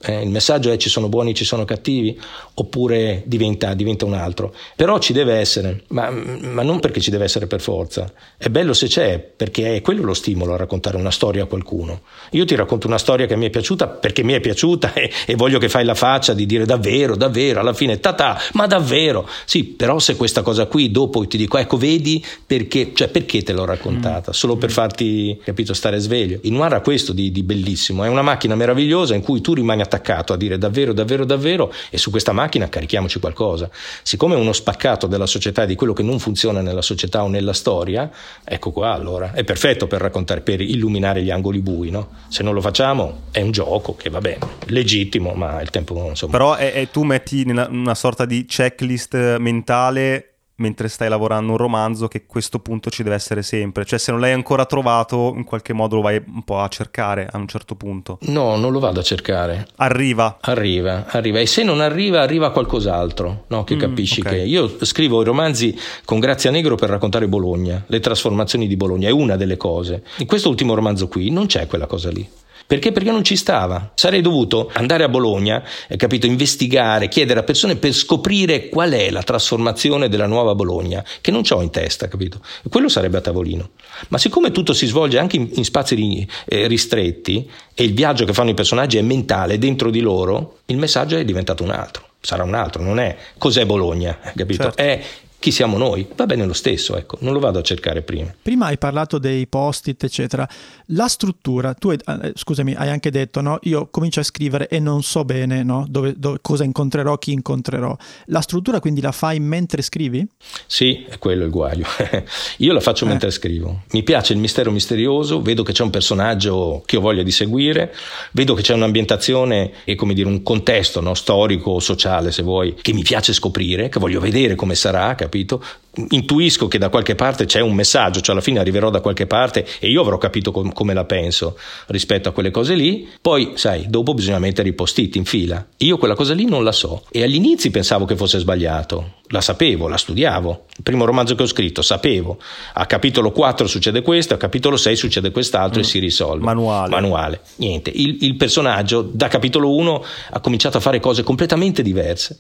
Eh, il messaggio è ci sono buoni, ci sono cattivi, oppure diventa, diventa un altro. Però ci deve essere, ma, ma non perché ci deve essere per forza. È bello se c'è, perché è quello lo stimolo a raccontare una storia a qualcuno. Io ti racconto una storia che mi è piaciuta perché mi è piaciuta e, e voglio che fai la faccia di dire davvero, davvero, alla fine ta-ta, ma davvero. Sì, però se questa cosa qui dopo ti dico ecco vedi perché, cioè perché te l'ho raccontata? Solo per farti, capito, stare sveglio. Il noir ha questo di, di bellissimo, è una macchina meravigliosa in cui tu rimani attaccato attaccato a dire davvero, davvero, davvero, e su questa macchina carichiamoci qualcosa. Siccome è uno spaccato della società e di quello che non funziona nella società o nella storia, ecco qua allora, è perfetto per raccontare, per illuminare gli angoli bui, no? Se non lo facciamo è un gioco che va bene, legittimo, ma il tempo insomma. Però è, è, tu metti nella, una sorta di checklist mentale mentre stai lavorando un romanzo che questo punto ci deve essere sempre, cioè se non l'hai ancora trovato in qualche modo lo vai un po' a cercare a un certo punto. No, non lo vado a cercare. Arriva. Arriva, arriva e se non arriva arriva qualcos'altro, no? Che mm, capisci okay. Che io scrivo i romanzi con Grazia Negro per raccontare Bologna, le trasformazioni di Bologna, è una delle cose. In questo ultimo romanzo qui non c'è quella cosa lì. Perché? Perché non ci stava. Sarei dovuto andare a Bologna, eh, capito, investigare, chiedere a persone per scoprire qual è la trasformazione della nuova Bologna, che non c'ho in testa, capito? E quello sarebbe a tavolino. Ma siccome tutto si svolge anche in, in spazi ri, eh, ristretti e il viaggio che fanno i personaggi è mentale dentro di loro, il messaggio è diventato un altro. Sarà un altro, non è cos'è Bologna, capito? Certo. È chi siamo noi, va bene lo stesso, ecco, non lo vado a cercare prima. Prima hai parlato dei post-it, eccetera. La struttura, tu hai, eh, scusami, hai anche detto, no? Io comincio a scrivere e non so bene, no? Dove, dove, cosa incontrerò, chi incontrerò. La struttura quindi la fai mentre scrivi? Sì, è quello il guaio. Io la faccio eh. mentre scrivo. Mi piace il mistero misterioso, vedo che c'è un personaggio che ho voglia di seguire, vedo che c'è un'ambientazione e come dire un contesto, no? Storico o sociale, se vuoi, che mi piace scoprire, che voglio vedere come sarà, capito? Intuisco che da qualche parte c'è un messaggio, cioè alla fine arriverò da qualche parte e io avrò capito com- come la penso rispetto a quelle cose lì. Poi sai, dopo bisogna mettere i post-it in fila. Io quella cosa lì non la so e agli inizi pensavo che fosse sbagliato, la sapevo, la studiavo. Il primo romanzo che ho scritto sapevo, a capitolo quattro succede questo, a capitolo sei succede quest'altro mm. e si risolve. Manuale. Manuale. Niente, il, il personaggio da capitolo uno ha cominciato a fare cose completamente diverse.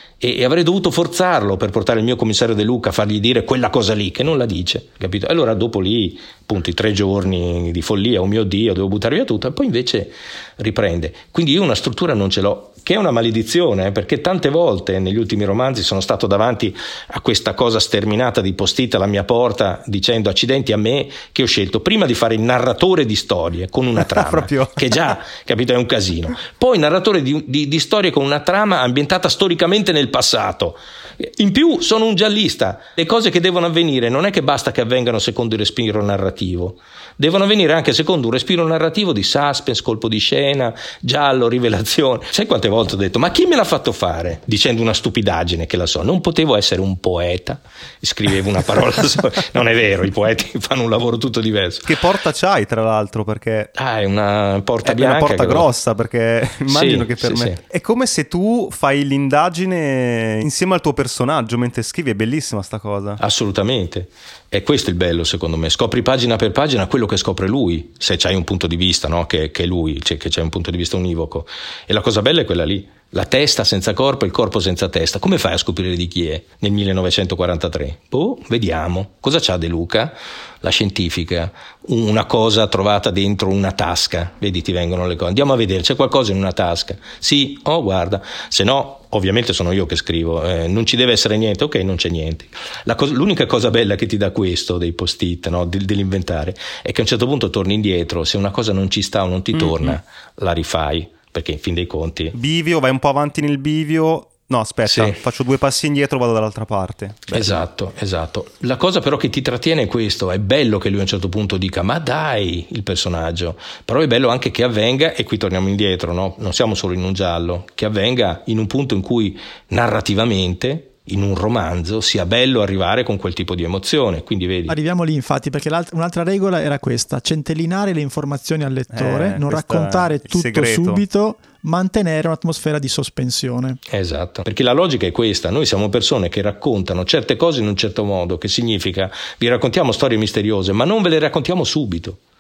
E avrei dovuto forzarlo per portare il mio commissario De Luca a fargli dire quella cosa lì che non la dice, capito? Allora dopo lì, appunto, i tre giorni di follia, oh mio Dio, devo buttare via tutto, e poi invece riprende. Quindi io una struttura non ce l'ho, che è una maledizione, eh, perché tante volte negli ultimi romanzi sono stato davanti a questa cosa sterminata di post-it alla mia porta dicendo accidenti a me che ho scelto prima di fare il narratore di storie con una trama, che già, capito, è un casino. Poi il narratore di, di, di storie con una trama ambientata storicamente nel passato. In più sono un giallista, le cose che devono avvenire non è che basta che avvengano secondo il respiro narrativo, devono avvenire anche secondo un respiro narrativo di suspense, colpo di scena, giallo, rivelazione. Sai quante volte ho detto ma chi me l'ha fatto fare? Dicendo una stupidaggine che la so, non potevo essere un poeta, scrivevo una parola sola. Non è vero, i poeti fanno un lavoro tutto diverso. Che porta c'hai tra l'altro? Perché ah, è una porta è bianca, una porta che grossa ho... perché immagino sì, che per sì, me sì. È come se tu fai l'indagine insieme al tuo personaggio mentre scrivi, è bellissima sta cosa. Assolutamente, è questo il bello secondo me, scopri pagina per pagina quello che scopre lui, se c'hai un punto di vista, no? che, che è lui, cioè che c'è un punto di vista univoco, e la cosa bella è quella lì, la testa senza corpo e il corpo senza testa. Come fai a scoprire di chi è nel millenovecentoquarantatré? Boh, vediamo. Cosa c'ha De Luca? La scientifica, una cosa trovata dentro una tasca, vedi, ti vengono le cose, andiamo a vedere, c'è qualcosa in una tasca, sì, oh guarda, se no ovviamente sono io che scrivo, eh, non ci deve essere niente, ok, non c'è niente. La cosa, l'unica cosa bella che ti dà questo dei post-it, no, dell'inventare, è che a un certo punto torni indietro, se una cosa non ci sta o non ti mm-hmm. torna, la rifai, perché in fin dei conti bivio, vai un po' avanti nel bivio. No, aspetta, sì. faccio due passi indietro, vado dall'altra parte. Beh. Esatto, esatto. La cosa però che ti trattiene è questo, è bello che lui a un certo punto dica ma dai il personaggio, però è bello anche che avvenga, e qui torniamo indietro, no? Non siamo solo in un giallo, che avvenga in un punto in cui narrativamente in un romanzo sia bello arrivare con quel tipo di emozione, quindi vedi. Arriviamo lì infatti, perché un'altra regola era questa: centellinare le informazioni al lettore, eh, non raccontare tutto segreto. subito, mantenere un'atmosfera di sospensione. Esatto, perché la logica è questa: noi siamo persone che raccontano certe cose in un certo modo, che significa vi raccontiamo storie misteriose ma non ve le raccontiamo subito,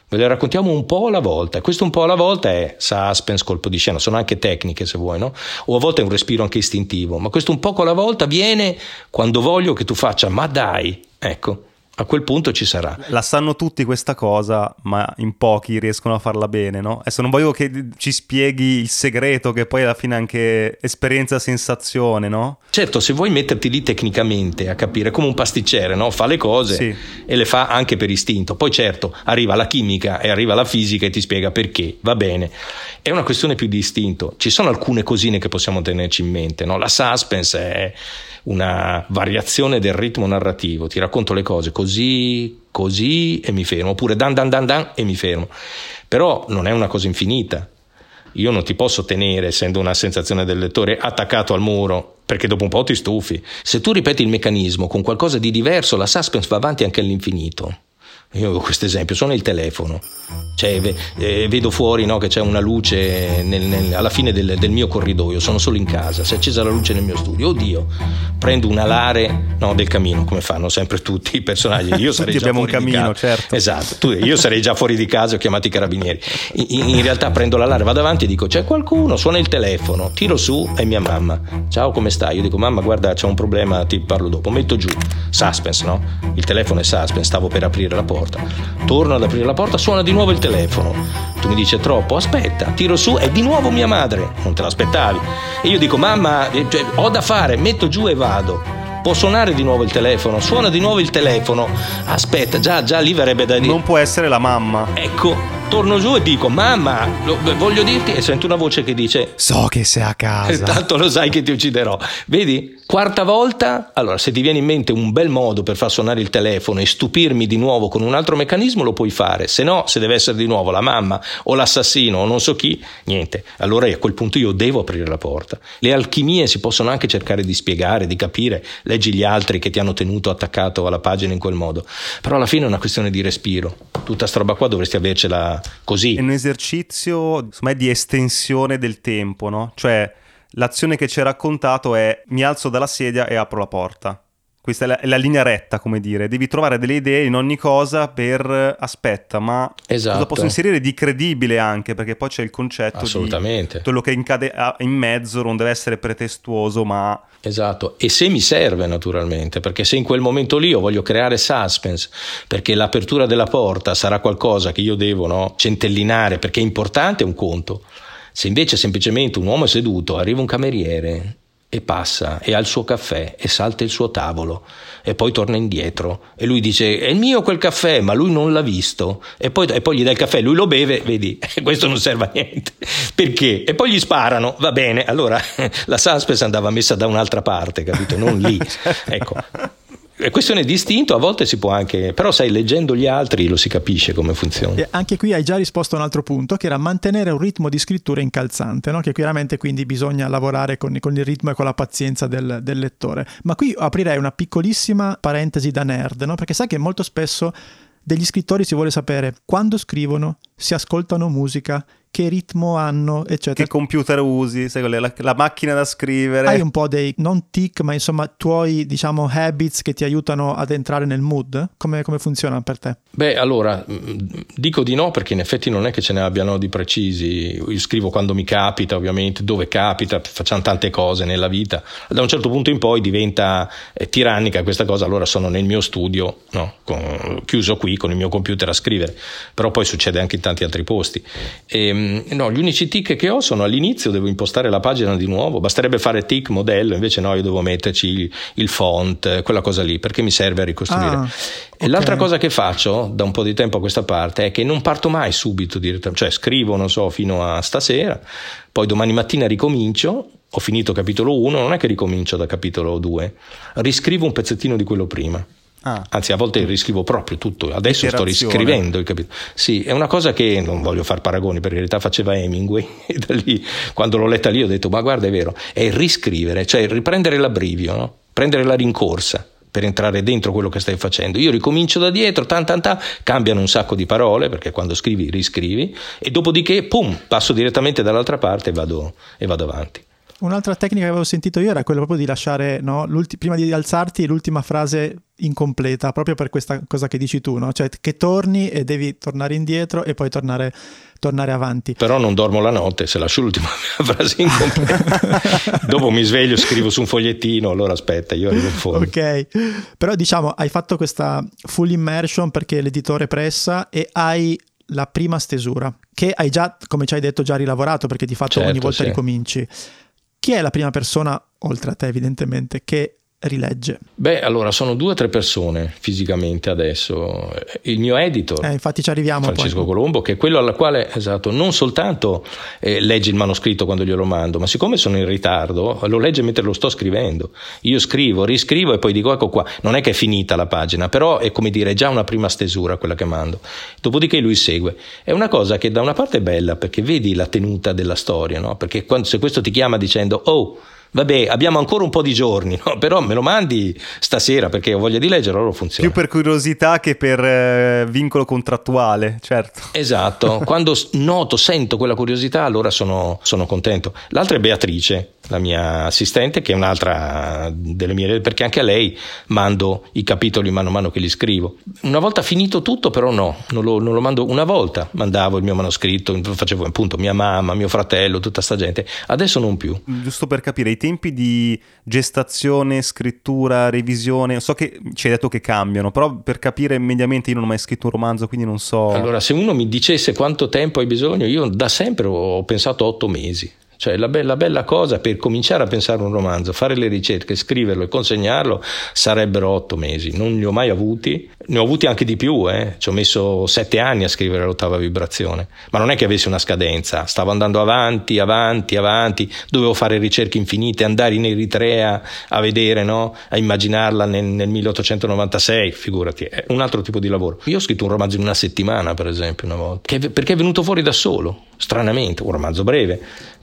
ve le raccontiamo un po' alla volta. Questo un po' alla volta è suspense, colpo di scena, sono anche tecniche se vuoi, no? O a volte è un respiro anche istintivo, ma questo un poco alla volta viene quando voglio che tu faccia ma dai, ecco. A quel punto ci sarà. La sanno tutti questa cosa, ma in pochi riescono a farla bene, no? Adesso non voglio che ci spieghi il segreto, che poi alla fine è anche esperienza, sensazione, no? Certo, se vuoi metterti lì tecnicamente a capire, come un pasticcere, no? Fa le cose sì. e le fa anche per istinto. Poi certo, arriva la chimica e arriva la fisica e ti spiega perché, va bene. È una questione più di istinto. Ci sono alcune cosine che possiamo tenerci in mente, no? La suspense è una variazione del ritmo narrativo, ti racconto le cose così, così e mi fermo, oppure dan dan dan dan e mi fermo, però non è una cosa infinita. Io non ti posso tenere, essendo una sensazione del lettore, attaccato al muro, perché dopo un po' ti stufi. Se tu ripeti il meccanismo con qualcosa di diverso, la suspense va avanti anche all'infinito. Io ho questo esempio, sono il telefono, cioè, eh, vedo fuori, no, che c'è una luce nel, nel, alla fine del, del mio corridoio, sono solo in casa, si è accesa la luce nel mio studio, oddio, prendo un alare, no, del camino, come fanno sempre tutti i personaggi, io sarei tutti già abbiamo fuori un camino, di casa. certo. Esatto, tu, io sarei già fuori di casa, ho chiamato i carabinieri. In, in realtà prendo l'alare, vado avanti e dico c'è qualcuno, suona il telefono, tiro su, è mia mamma, ciao come stai? Io dico mamma guarda c'è un problema, ti parlo dopo, metto giù, suspense, no? Il telefono è suspense, stavo per aprire la porta. Torno ad aprire la porta, suona di nuovo il telefono. Tu mi dici è troppo, aspetta, tiro su, è di nuovo mia madre. Non te l'aspettavi. E io dico mamma, cioè, ho da fare, metto giù e vado. Può suonare di nuovo il telefono, suona di nuovo il telefono. Aspetta, già, già lì verrebbe da dire. Non può essere la mamma. Ecco, torno giù e dico mamma, lo, voglio dirti, e sento una voce che dice so che sei a casa. Tanto lo sai che ti ucciderò. Vedi? Quarta volta, allora se ti viene in mente un bel modo per far suonare il telefono e stupirmi di nuovo con un altro meccanismo lo puoi fare, se no, se deve essere di nuovo la mamma o l'assassino o non so chi, niente, allora a quel punto io devo aprire la porta. Le alchimie si possono anche cercare di spiegare, di capire, leggi gli altri che ti hanno tenuto attaccato alla pagina in quel modo, però alla fine è una questione di respiro, tutta sta roba qua dovresti avercela così. È un esercizio, insomma, di estensione del tempo, no? Cioè l'azione che ci hai raccontato è mi alzo dalla sedia e apro la porta. Questa è la, è la linea retta, come dire. Devi trovare delle idee in ogni cosa per aspetta, ma esatto. Cosa posso inserire di credibile anche? Perché poi c'è il concetto assolutamente. Di quello che incade in mezzo non deve essere pretestuoso, ma esatto. E se mi serve naturalmente, perché se in quel momento lì io voglio creare suspense, perché l'apertura della porta sarà qualcosa che io devo, no, centellinare, perché è importante, è un conto. Se invece semplicemente un uomo è seduto, arriva un cameriere e passa e ha il suo caffè e salta il suo tavolo e poi torna indietro e lui dice è il mio quel caffè, ma lui non l'ha visto e poi, e poi gli dà il caffè, lui lo beve, vedi, questo non serve a niente, perché? E poi gli sparano, va bene, allora la suspense andava messa da un'altra parte, capito? Non lì, ecco. È questione di istinto, a volte si può anche, però sai, leggendo gli altri lo si capisce come funziona. E anche qui hai già risposto a un altro punto, che era mantenere un ritmo di scrittura incalzante, no? Che chiaramente quindi bisogna lavorare con, con il ritmo e con la pazienza del, del lettore. Ma qui aprirei una piccolissima parentesi da nerd, no? Perché sai che molto spesso degli scrittori si vuole sapere quando scrivono, si ascoltano musica, che ritmo hanno, eccetera. Che computer usi, sai, la, la macchina da scrivere. Hai un po' dei, non tic, ma insomma tuoi, diciamo, habits che ti aiutano ad entrare nel mood? Come, come funziona per te? Beh, allora, dico di no perché in effetti non è che ce ne abbiano di precisi. Io scrivo quando mi capita, ovviamente, dove capita, facciamo tante cose nella vita. Da un certo punto in poi diventa eh, tirannica questa cosa, allora sono nel mio studio, no, con, chiuso qui con il mio computer a scrivere, però poi succede anche in tanti altri posti. E, no, gli unici tic che ho sono all'inizio, devo impostare la pagina di nuovo, basterebbe fare tic modello, invece no, io devo metterci il, il font, quella cosa lì, perché mi serve a ricostruire. Ah, e okay. L'altra cosa che faccio da un po' di tempo a questa parte è che non parto mai subito direttamente, cioè scrivo, non so, fino a stasera, poi domani mattina ricomincio, ho finito capitolo uno, non è che ricomincio da capitolo due, riscrivo un pezzettino di quello prima. Ah. Anzi, a volte riscrivo proprio tutto. Adesso sto riscrivendo il capitolo. Sì, è una cosa che non voglio far paragoni, perché in realtà faceva Hemingway. E da lì, quando l'ho letta lì, ho detto: ma guarda, è vero, è riscrivere, cioè riprendere l'abbrivio, no? Prendere la rincorsa per entrare dentro quello che stai facendo. Io ricomincio da dietro, tan tan tan, cambiano un sacco di parole, perché quando scrivi riscrivi, e dopodiché, pum, passo direttamente dall'altra parte e vado, e vado avanti. Un'altra tecnica che avevo sentito io era quella proprio di lasciare, no, prima di alzarti l'ultima frase incompleta, proprio per questa cosa che dici tu, no? Cioè che torni e devi tornare indietro e poi tornare, tornare avanti. Però non dormo la notte se lascio l'ultima frase incompleta. Dopo mi sveglio, scrivo su un fogliettino, allora aspetta, io arrivo in fondo. Ok, però diciamo hai fatto questa full immersion perché l'editore pressa e hai la prima stesura che hai già, come ci hai detto, già rilavorato perché di fatto certo, ogni volta sì. ricominci. Chi è la prima persona, oltre a te evidentemente, che rilegge? Beh, allora sono due o tre persone fisicamente adesso. Il mio editor, eh, infatti ci arriviamo Francesco poi. Colombo, che è quello alla quale, esatto, non soltanto eh, legge il manoscritto quando glielo mando, ma siccome sono in ritardo, lo legge mentre lo sto scrivendo. Io scrivo, riscrivo e poi dico ecco qua. Non è che è finita la pagina, però è come dire, è già una prima stesura quella che mando. Dopodiché lui segue. È una cosa che da una parte è bella, perché vedi la tenuta della storia, no? Perché quando, se questo ti chiama dicendo oh, vabbè, abbiamo ancora un po' di giorni, no? Però me lo mandi stasera perché ho voglia di leggere, allora funziona. Più per curiosità che per eh, vincolo contrattuale, certo. Esatto, quando noto, sento quella curiosità, allora sono, sono contento. L'altra è Beatrice, la mia assistente, che è un'altra delle mie, perché anche a lei mando i capitoli mano a mano che li scrivo. Una volta finito tutto, però no, non lo, non lo mando. Una volta mandavo il mio manoscritto, facevo appunto mia mamma, mio fratello, tutta sta gente. Adesso non più. Giusto per capire i tempi di gestazione, scrittura, revisione, so che ci hai detto che cambiano, però per capire mediamente, io non ho mai scritto un romanzo, quindi non so. Allora, se uno mi dicesse quanto tempo hai bisogno, io da sempre ho pensato otto mesi. Cioè la bella, bella cosa per cominciare a pensare un romanzo, fare le ricerche, scriverlo e consegnarlo sarebbero otto mesi. Non li ho mai avuti, ne ho avuti anche di più, eh. Ci ho messo sette anni a scrivere l'ottava vibrazione, ma non è che avessi una scadenza, stavo andando avanti, avanti, avanti, dovevo fare ricerche infinite, andare in Eritrea a vedere, no? A immaginarla nel, nel milleottocentonovantasei, figurati, è un altro tipo di lavoro. Io ho scritto un romanzo in una settimana, per esempio, una volta, che, perché è venuto fuori da solo, stranamente, un romanzo breve.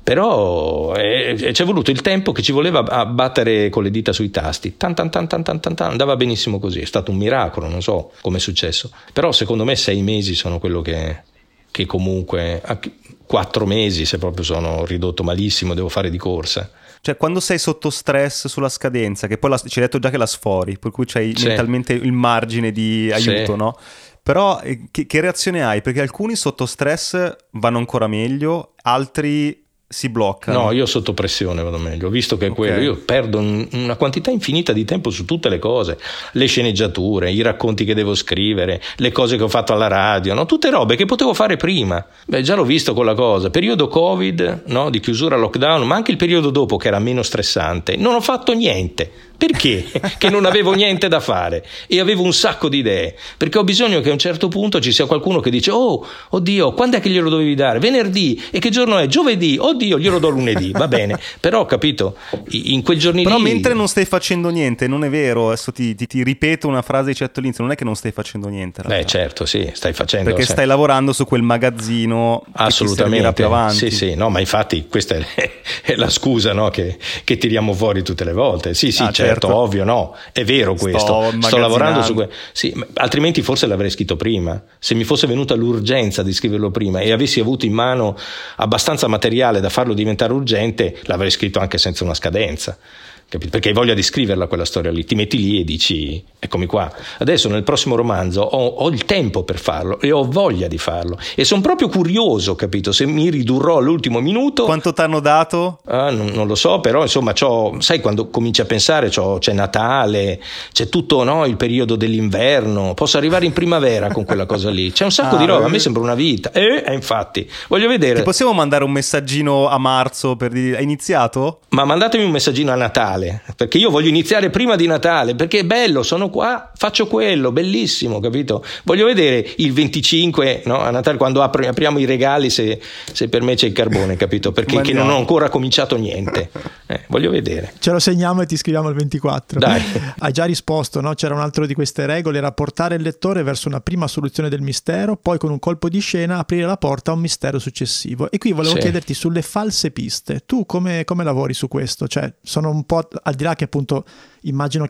Però eh, ci è voluto il tempo che ci voleva a battere con le dita sui tasti, tan tan tan tan tan tan tan, andava benissimo così, è stato un miracolo, non so come è successo, però secondo me sei mesi sono quello che, che comunque, quattro mesi se proprio sono ridotto malissimo, devo fare di corsa. Cioè quando sei sotto stress sulla scadenza, che poi la, ci hai detto già che la sfori, per cui c'hai sì. mentalmente il margine di aiuto, sì. no? Però eh, che, che reazione hai? Perché alcuni sotto stress vanno ancora meglio, altri si bloccano. No, io sotto pressione vado meglio, visto che è okay. quello, io perdo un, una quantità infinita di tempo su tutte le cose, le sceneggiature, i racconti che devo scrivere, le cose che ho fatto alla radio, no? Tutte robe che potevo fare prima. Beh, già l'ho visto con la cosa, periodo Covid, no? Di chiusura, lockdown, ma anche il periodo dopo che era meno stressante, non ho fatto niente. Perché? Che non avevo niente da fare e avevo un sacco di idee, perché ho bisogno che a un certo punto ci sia qualcuno che dice oh, oddio, quando è che glielo dovevi dare? Venerdì, e che giorno è? Giovedì, oddio, glielo do lunedì, va bene, però capito, in quei giorni però lì... Però mentre non stai facendo niente, non è vero, adesso ti, ti, ti ripeto una frase di Cetto Linz, non è che non stai facendo niente. Beh certo, sì, stai facendo... Perché sai. stai lavorando su quel magazzino assolutamente che ti servirà più avanti. Sì, sì, no, ma infatti questa è, è la scusa, no, che, che tiriamo fuori tutte le volte, sì, sì, ah, certo. Certo, ovvio, no, è vero questo. Sto, Sto lavorando su questo. Sì, altrimenti forse l'avrei scritto prima. Se mi fosse venuta l'urgenza di scriverlo prima e avessi avuto in mano abbastanza materiale da farlo diventare urgente, l'avrei scritto anche senza una scadenza. Capito? Perché hai voglia di scriverla quella storia lì, ti metti lì e dici eccomi qua. Adesso nel prossimo romanzo ho, ho il tempo per farlo e ho voglia di farlo e sono proprio curioso, capito, se mi ridurrò all'ultimo minuto. Quanto t'hanno dato? Ah, non, non lo so, però insomma c'ho, sai, quando cominci a pensare c'ho, c'è Natale, c'è tutto, no, il periodo dell'inverno, posso arrivare in primavera con quella cosa lì, c'è un sacco ah, di roba, a me sembra una vita e eh, infatti voglio vedere. Ti possiamo mandare un messaggino a marzo per dire hai iniziato? Ma mandatemi un messaggino a Natale, perché io voglio iniziare prima di Natale, perché è bello, sono qua, faccio quello, bellissimo, capito? Voglio vedere il venticinque, no, a Natale, quando apri, apriamo i regali, se, se per me c'è il carbone, capito? Perché che non ho ancora cominciato niente, eh, voglio vedere. Ce lo segniamo e ti scriviamo il ventiquattro. Dai. Hai già risposto, no? C'era un altro di queste regole, era portare il lettore verso una prima soluzione del mistero, poi con un colpo di scena aprire la porta a un mistero successivo. E qui volevo sì. chiederti sulle false piste, tu come, come lavori su questo? Cioè, sono un po', al di là che appunto immagino che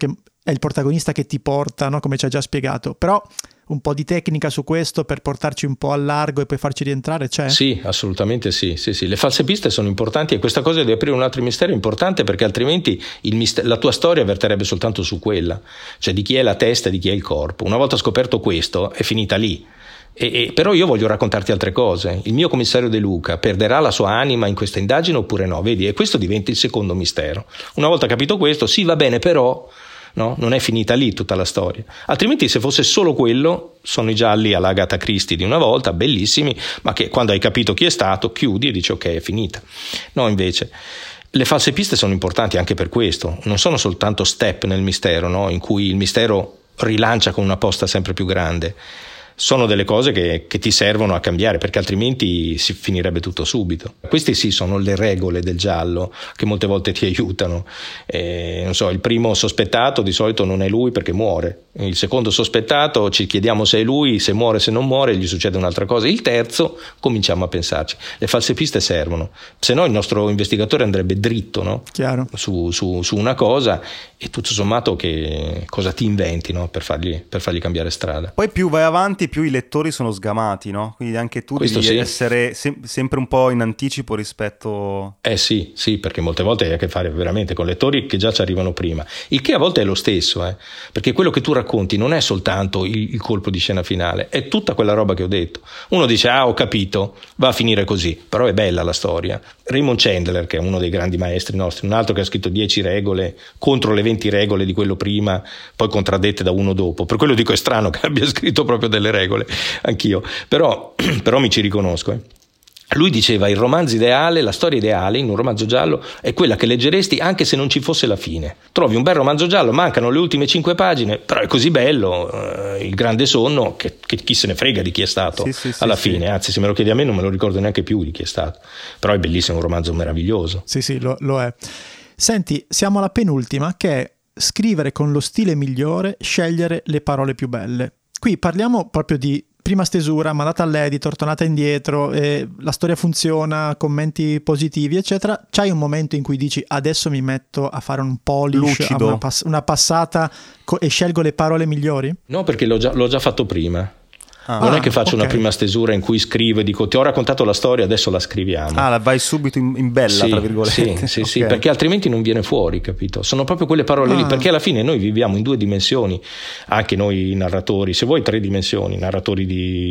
è il protagonista che ti porta, no? Come ci ha già spiegato, però un po' di tecnica su questo per portarci un po' al largo e poi farci rientrare c'è? Sì, assolutamente sì, sì, sì. Le false piste sono importanti e questa cosa di aprire un altro mistero è importante, perché altrimenti il mister- la tua storia verterebbe soltanto su quella, cioè di chi è la testa e di chi è il corpo. Una volta scoperto questo è finita lì. E, e, però io voglio raccontarti altre cose. Il mio commissario De Luca perderà la sua anima in questa indagine oppure no? Vedi? E questo diventa il secondo mistero. Una volta capito questo, sì, va bene, però no, non è finita lì tutta la storia. Altrimenti, se fosse solo quello, sono i gialli alla Agatha Christie di una volta, bellissimi, ma che quando hai capito chi è stato chiudi e dici ok, è finita. No, invece le false piste sono importanti anche per questo. Non sono soltanto step nel mistero, no? In cui il mistero rilancia con una posta sempre più grande. Sono delle cose che, che ti servono a cambiare, perché altrimenti si finirebbe tutto subito. Queste sì sono le regole del giallo che molte volte ti aiutano. Eh, non so, il primo sospettato di solito non è lui perché muore. Il secondo sospettato ci chiediamo se è lui, se muore, se non muore, gli succede un'altra cosa. Il terzo cominciamo a pensarci. Le false piste servono, se no il nostro investigatore andrebbe dritto, no? Chiaro. Su, su, su una cosa, e tutto sommato che cosa ti inventi, no? per, fargli, per fargli cambiare strada. Poi più vai avanti più i lettori sono sgamati, no? Quindi anche tu Questo devi sì. essere se- sempre un po' in anticipo rispetto... Eh sì, sì, perché molte volte hai a che fare veramente con lettori che già ci arrivano prima, il che a volte è lo stesso, eh? Perché quello che tu racconti non è soltanto il, il colpo di scena finale, è tutta quella roba che ho detto. Uno dice ah ho capito, va a finire così, però è bella la storia. Raymond Chandler, che è uno dei grandi maestri nostri, un altro che ha scritto dieci regole contro le venti regole di quello prima, poi contraddette da uno dopo, per quello dico è strano che abbia scritto proprio delle regole, anch'io, però, però mi ci riconosco, eh. Lui diceva il romanzo ideale, la storia ideale in un romanzo giallo è quella che leggeresti anche se non ci fosse la fine. Trovi un bel romanzo giallo, mancano le ultime cinque pagine, però è così bello, eh, il grande sonno, che, che chi se ne frega di chi è stato sì, sì, alla sì, fine, sì. Anzi se me lo chiedi a me non me lo ricordo neanche più di chi è stato, però è bellissimo, un romanzo meraviglioso. Sì, sì, lo, lo è. Senti, siamo alla penultima, che è scrivere con lo stile migliore, scegliere le parole più belle. Qui parliamo proprio di prima stesura, mandata all'editor, tornata indietro, e la storia funziona, commenti positivi, eccetera. C'hai un momento in cui dici adesso mi metto a fare un polish, a una, pass- una passata co- e scelgo le parole migliori? No, perché l'ho già, l'ho già fatto prima. Ah, non è che faccio okay. una prima stesura in cui scrivo e dico ti ho raccontato la storia, adesso la scriviamo. Ah, la vai subito in, in bella, sì, tra virgolette. Sì, sì, okay. sì, perché altrimenti non viene fuori, capito? Sono proprio quelle parole ah. lì, perché alla fine noi viviamo in due dimensioni, anche noi narratori, se vuoi tre dimensioni, narratori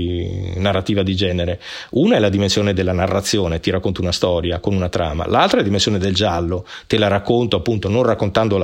di narrativa di genere. Una è la dimensione della narrazione, ti racconto una storia con una trama. L'altra è la dimensione del giallo, te la racconto appunto non raccontandola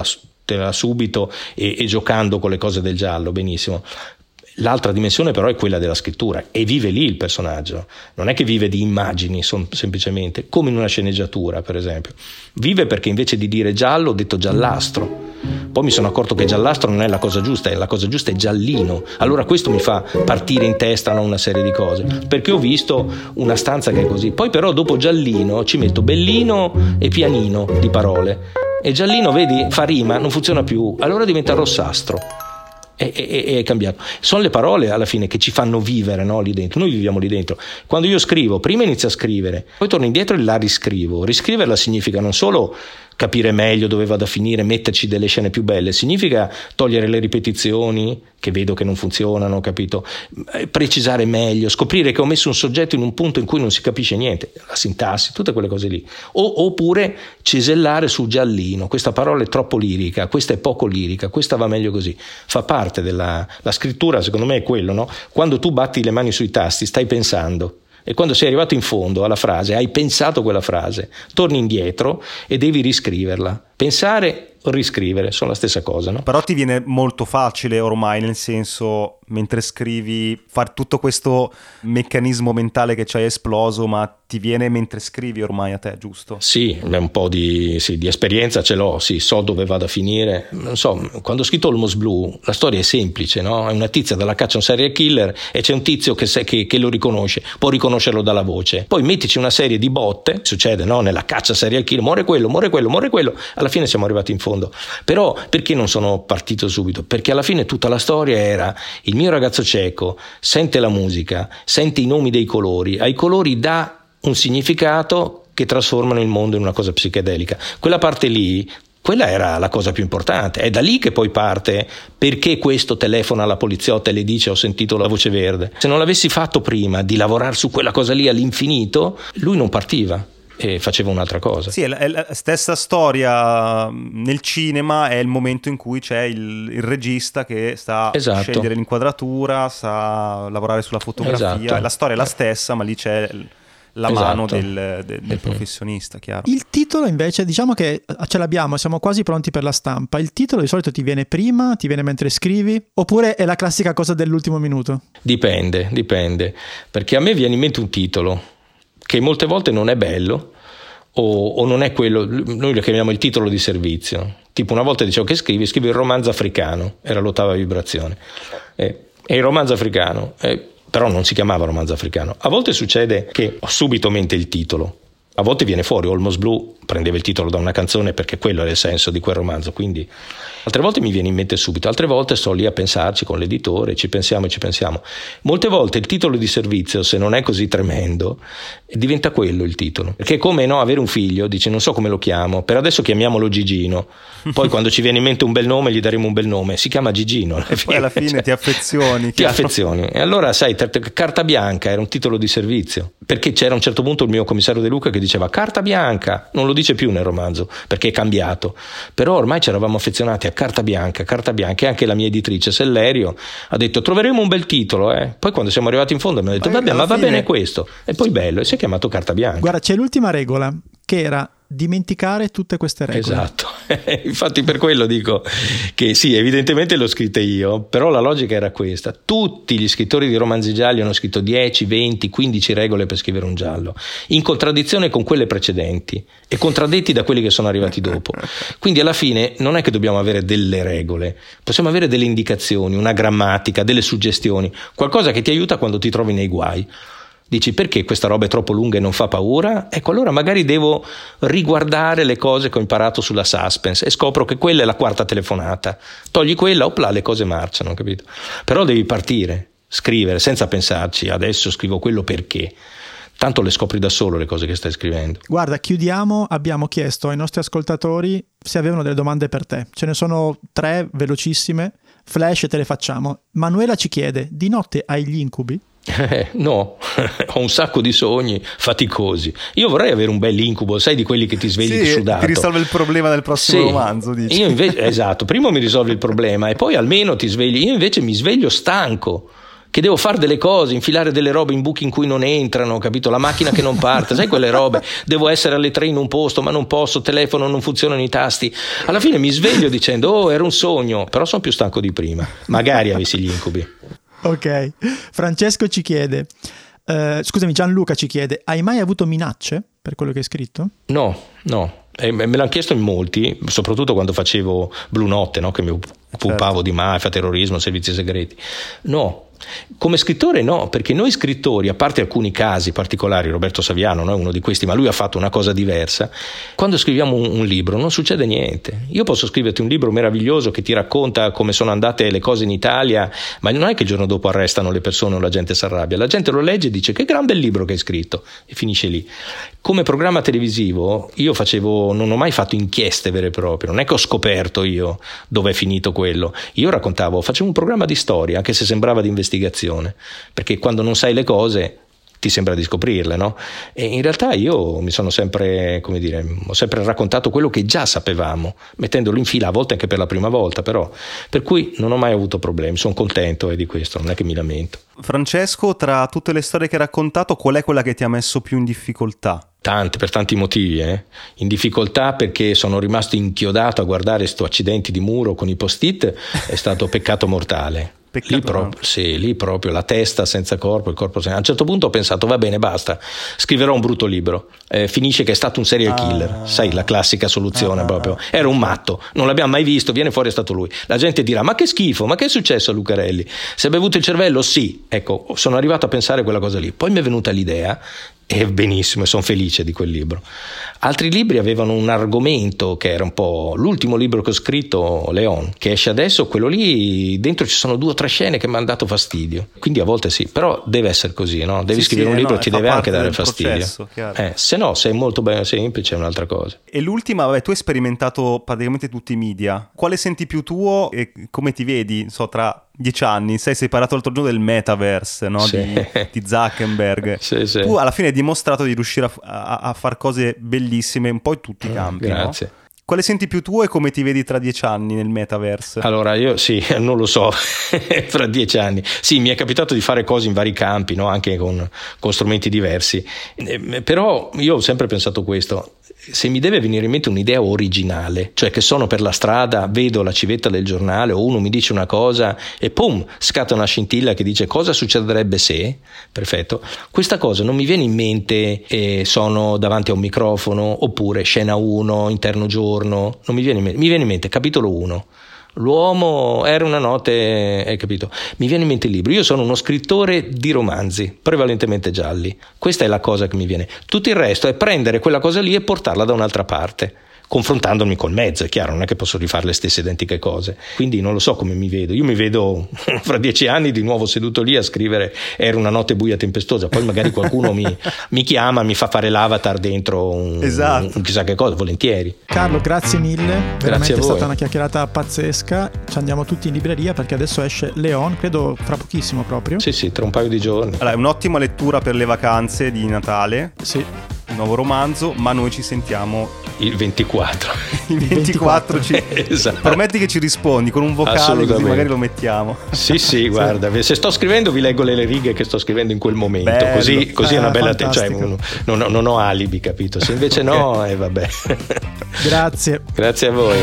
subito e, e giocando con le cose del giallo, benissimo. L'altra dimensione però è quella della scrittura e vive lì il personaggio, non è che vive di immagini son, semplicemente, come in una sceneggiatura per esempio, vive perché invece di dire giallo ho detto giallastro, poi mi sono accorto che giallastro non è la cosa giusta, la cosa giusta è giallino, allora questo mi fa partire in testa no, una serie di cose, perché ho visto una stanza che è così, poi però dopo giallino ci metto bellino e pianino di parole e giallino vedi fa rima, non funziona più, allora diventa rossastro. E, e, e è cambiato. Sono le parole alla fine che ci fanno vivere, no, lì dentro. Noi viviamo lì dentro. Quando io scrivo, prima inizio a scrivere, poi torno indietro e la riscrivo. Riscriverla significa non solo capire meglio dove vado a finire, metterci delle scene più belle, significa togliere le ripetizioni che vedo che non funzionano, capito? Precisare meglio, scoprire che ho messo un soggetto in un punto in cui non si capisce niente, la sintassi, tutte quelle cose lì. O, oppure cesellare sul giallino, questa parola è troppo lirica, questa è poco lirica, questa va meglio così. Fa parte della la scrittura, secondo me è quello, no? Quando tu batti le mani sui tasti stai pensando. E quando sei arrivato in fondo alla frase, hai pensato quella frase, torni indietro e devi riscriverla. Pensare o riscrivere sono la stessa cosa, no? Però ti viene molto facile ormai, nel senso, mentre scrivi, fare tutto questo meccanismo mentale che ci hai esploso, ma ti viene mentre scrivi ormai a te, giusto? Sì, un po' di, sì, di esperienza ce l'ho, sì, so dove vado a finire. Non so, quando ho scritto Almost Blue, la storia è semplice, no? È una tizia dalla caccia a un serial killer e c'è un tizio che, che, che lo riconosce, può riconoscerlo dalla voce. Poi mettici una serie di botte, succede, no? Nella caccia a serial killer, muore quello, muore quello, muore quello, alla fine siamo arrivati in fondo. Però perché non sono partito subito? Perché alla fine tutta la storia era il mio ragazzo cieco sente la musica, sente i nomi dei colori, ai colori dà un significato che trasformano il mondo in una cosa psichedelica. Quella parte lì, Quella era la cosa più importante. È da lì che poi parte perché questo telefona alla poliziotta e le dice: ho sentito la voce verde. Se non l'avessi fatto prima di lavorare su quella cosa lì all'infinito, lui non partiva e faceva un'altra cosa. Sì, è la, è la stessa storia nel cinema, è il momento in cui c'è il, il regista che sta esatto. a scegliere l'inquadratura, sa lavorare sulla fotografia, esatto. la storia è la stessa, ma lì c'è la esatto. mano del, del, del uh-huh. professionista, chiaro. Il titolo invece, diciamo che ce l'abbiamo, siamo quasi pronti per la stampa. Il titolo di solito ti viene prima, ti viene mentre scrivi, oppure è la classica cosa dell'ultimo minuto? Dipende, dipende, perché a me viene in mente un titolo che molte volte non è bello o, o non è quello, noi lo chiamiamo il titolo di servizio. Tipo una volta dicevo: che scrivi? Scrivi il romanzo africano, era l'ottava vibrazione. E eh, il romanzo africano, eh, però non si chiamava romanzo africano. A volte succede che ho subito in mente il titolo, a volte viene fuori. Almost Blue prendeva il titolo da una canzone perché quello era il senso di quel romanzo, quindi altre volte mi viene in mente subito, altre volte sto lì a pensarci con l'editore, ci pensiamo e ci pensiamo. Molte volte il titolo di servizio, se non è così tremendo, diventa quello il titolo, perché è come no, avere un figlio, dici: non so come lo chiamo, per adesso chiamiamolo Gigino, poi quando ci viene in mente un bel nome gli daremo un bel nome, si chiama Gigino alla e fine. Poi alla fine cioè, ti affezioni ti affezioni e allora sai, Carta Bianca era un titolo di servizio, perché c'era a un certo punto il mio commissario De Luca che diceva Carta Bianca, non lo dice più nel romanzo perché è cambiato, però ormai ci eravamo affezionati a Carta Bianca, Carta Bianca, e anche la mia editrice Sellerio ha detto: troveremo un bel titolo, eh. Poi quando siamo arrivati in fondo mi ha detto: vabbè, ma va fine... bene questo, e poi bello, e si è chiamato Carta Bianca. Guarda, c'è l'ultima regola, che era dimenticare tutte queste regole. Esatto, infatti per quello dico che sì, evidentemente l'ho scritta io, però la logica era questa: tutti gli scrittori di romanzi gialli hanno scritto dieci, venti, quindici regole per scrivere un giallo, in contraddizione con quelle precedenti e contraddetti da quelli che sono arrivati dopo. Quindi alla fine non è che dobbiamo avere delle regole, possiamo avere delle indicazioni, una grammatica, delle suggestioni, qualcosa che ti aiuta quando ti trovi nei guai. Dici: perché questa roba è troppo lunga e non fa paura? Ecco, allora magari devo riguardare le cose che ho imparato sulla suspense e scopro che quella è la quarta telefonata. Togli quella, opla, le cose marciano, capito? Però devi partire, scrivere senza pensarci: adesso scrivo quello perché. Tanto le scopri da solo le cose che stai scrivendo. Guarda, chiudiamo, abbiamo chiesto ai nostri ascoltatori se avevano delle domande per te. Ce ne sono tre velocissime, flash e te le facciamo. Manuela ci chiede: di notte hai gli incubi? Eh, no, ho un sacco di sogni faticosi. Io vorrei avere un bel incubo, sai, di quelli che ti svegli sì, sudato. Ti risolve il problema del prossimo sì, romanzo, dici. Io invece, esatto, prima mi risolvi il problema e poi almeno ti svegli. Io invece mi sveglio stanco, che devo fare delle cose, infilare delle robe in buchi in cui non entrano, capito? La macchina che non parte, sai quelle robe? Devo essere alle tre in un posto, ma non posso, telefono, non funzionano i tasti. Alla fine mi sveglio dicendo: oh, era un sogno, però sono più stanco di prima. Magari avessi gli incubi. Ok, Francesco ci chiede, uh, scusami, Gianluca ci chiede: hai mai avuto minacce per quello che hai scritto? No, no, e me l'hanno chiesto in molti, soprattutto quando facevo Blu Notte, no? Che mi occupavo certo. di mafia, terrorismo, servizi segreti. No. Come scrittore no, perché noi scrittori, a parte alcuni casi particolari, Roberto Saviano no, è uno di questi, ma lui ha fatto una cosa diversa, quando scriviamo un, un libro non succede niente. Io posso scriverti un libro meraviglioso che ti racconta come sono andate le cose in Italia, ma non è che il giorno dopo arrestano le persone o la gente si arrabbia, la gente lo legge e dice: che gran bel libro che hai scritto, e finisce lì. Come programma televisivo io facevo, non ho mai fatto inchieste vere e proprie, non è che ho scoperto io dove è finito quello, io raccontavo, facevo un programma di storia, anche se sembrava di investigazione, perché quando non sai le cose ti sembra di scoprirle, no? E in realtà io mi sono sempre, come dire, ho sempre raccontato quello che già sapevamo, mettendolo in fila, a volte anche per la prima volta, però, per cui non ho mai avuto problemi, sono contento eh, di questo, non è che mi lamento. Francesco, tra tutte le storie che hai raccontato, qual è quella che ti ha messo più in difficoltà? Tante, per tanti motivi, eh. In difficoltà perché sono rimasto inchiodato a guardare sto accidenti di muro con i post-it, è stato peccato mortale. Peccato lì, pro- sì, lì proprio la testa senza corpo, il corpo senza. A un certo punto ho pensato: va bene, basta, scriverò un brutto libro. Eh, finisce che è stato un serial killer, ah, sai, la classica soluzione ah, proprio. Era un matto, non l'abbiamo mai visto, viene fuori è stato lui. La gente dirà: ma che schifo, ma che è successo a Lucarelli? Si è bevuto il cervello? Sì, ecco, sono arrivato a pensare quella cosa lì. Poi mi è venuta l'idea e benissimo, e sono felice di quel libro. Altri libri avevano un argomento che era un po' l'ultimo libro che ho scritto, Leon, che esce adesso, quello lì dentro ci sono due o tre scene che mi hanno dato fastidio, quindi a volte sì, però deve essere così, no? Devi sì, scrivere sì, un libro no, e ti deve anche dare fastidio, processo, eh, se no sei molto ben semplice è un'altra cosa. E l'ultima, vabbè, tu hai sperimentato praticamente tutti i media, quale senti più tuo e come ti vedi, so, tra dieci anni? Sei separato l'altro giorno del metaverse, no? Sì. di, di Zuckerberg. Sì, sì. Tu alla fine hai dimostrato di riuscire a, a, a fare cose bellissime un po' in tutti i campi. Grazie. No? Quale senti più tu e come ti vedi tra dieci anni nel metaverse? Allora io sì, non lo so, fra dieci anni. Sì, mi è capitato di fare cose in vari campi, no? Anche con, con strumenti diversi. Eh, però io ho sempre pensato questo. Se mi deve venire in mente un'idea originale, cioè che sono per la strada, vedo la civetta del giornale o uno mi dice una cosa e pum, scatta una scintilla che dice cosa succederebbe se, perfetto, questa cosa non mi viene in mente e sono davanti a un microfono, oppure scena uno, interno giorno, non mi viene in mente, mi viene in mente capitolo uno. L'uomo era una notte, hai capito? Mi viene in mente il libro. Io sono uno scrittore di romanzi, prevalentemente gialli. Questa è la cosa che mi viene. Tutto il resto è prendere quella cosa lì e portarla da un'altra parte, confrontandomi col mezzo, è chiaro, non è che posso rifare le stesse identiche cose. Quindi non lo so come mi vedo. Io mi vedo fra dieci anni di nuovo seduto lì a scrivere Era una notte buia tempestosa, poi magari qualcuno mi, mi chiama, mi fa fare l'avatar dentro un, esatto. un chissà che cosa, volentieri. Carlo, grazie mille, grazie veramente a è voi. stata una chiacchierata pazzesca. Ci andiamo tutti in libreria perché adesso esce Leon, credo fra pochissimo proprio. Sì, sì, tra un paio di giorni. Allora, è un'ottima lettura per le vacanze di Natale. Sì. Un nuovo romanzo, ma noi ci sentiamo il ventiquattro. Il ventiquattro ci... esatto. Prometti che ci rispondi con un vocale così magari lo mettiamo. Sì, sì, guarda, se sto scrivendo vi leggo le righe che sto scrivendo in quel momento. Bello. Così, così ah, è una bella te- cioè, non, non, non ho alibi, capito? Se invece okay. no, e eh, vabbè. Grazie. Grazie a voi.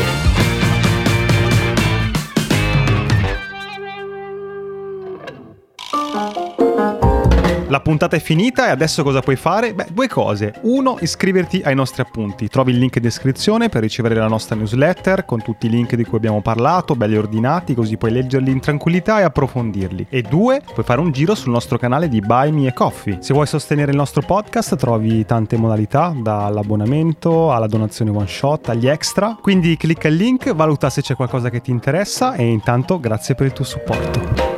La puntata è finita e adesso cosa puoi fare? Beh, due cose. Uno, iscriverti ai nostri appunti. Trovi il link in descrizione per ricevere la nostra newsletter con tutti i link di cui abbiamo parlato, belli ordinati, così puoi leggerli in tranquillità e approfondirli. E due, puoi fare un giro sul nostro canale di Buy Me a Coffee. Se vuoi sostenere il nostro podcast trovi tante modalità, dall'abbonamento alla donazione one shot, agli extra. Quindi clicca il link, valuta se c'è qualcosa che ti interessa e intanto grazie per il tuo supporto.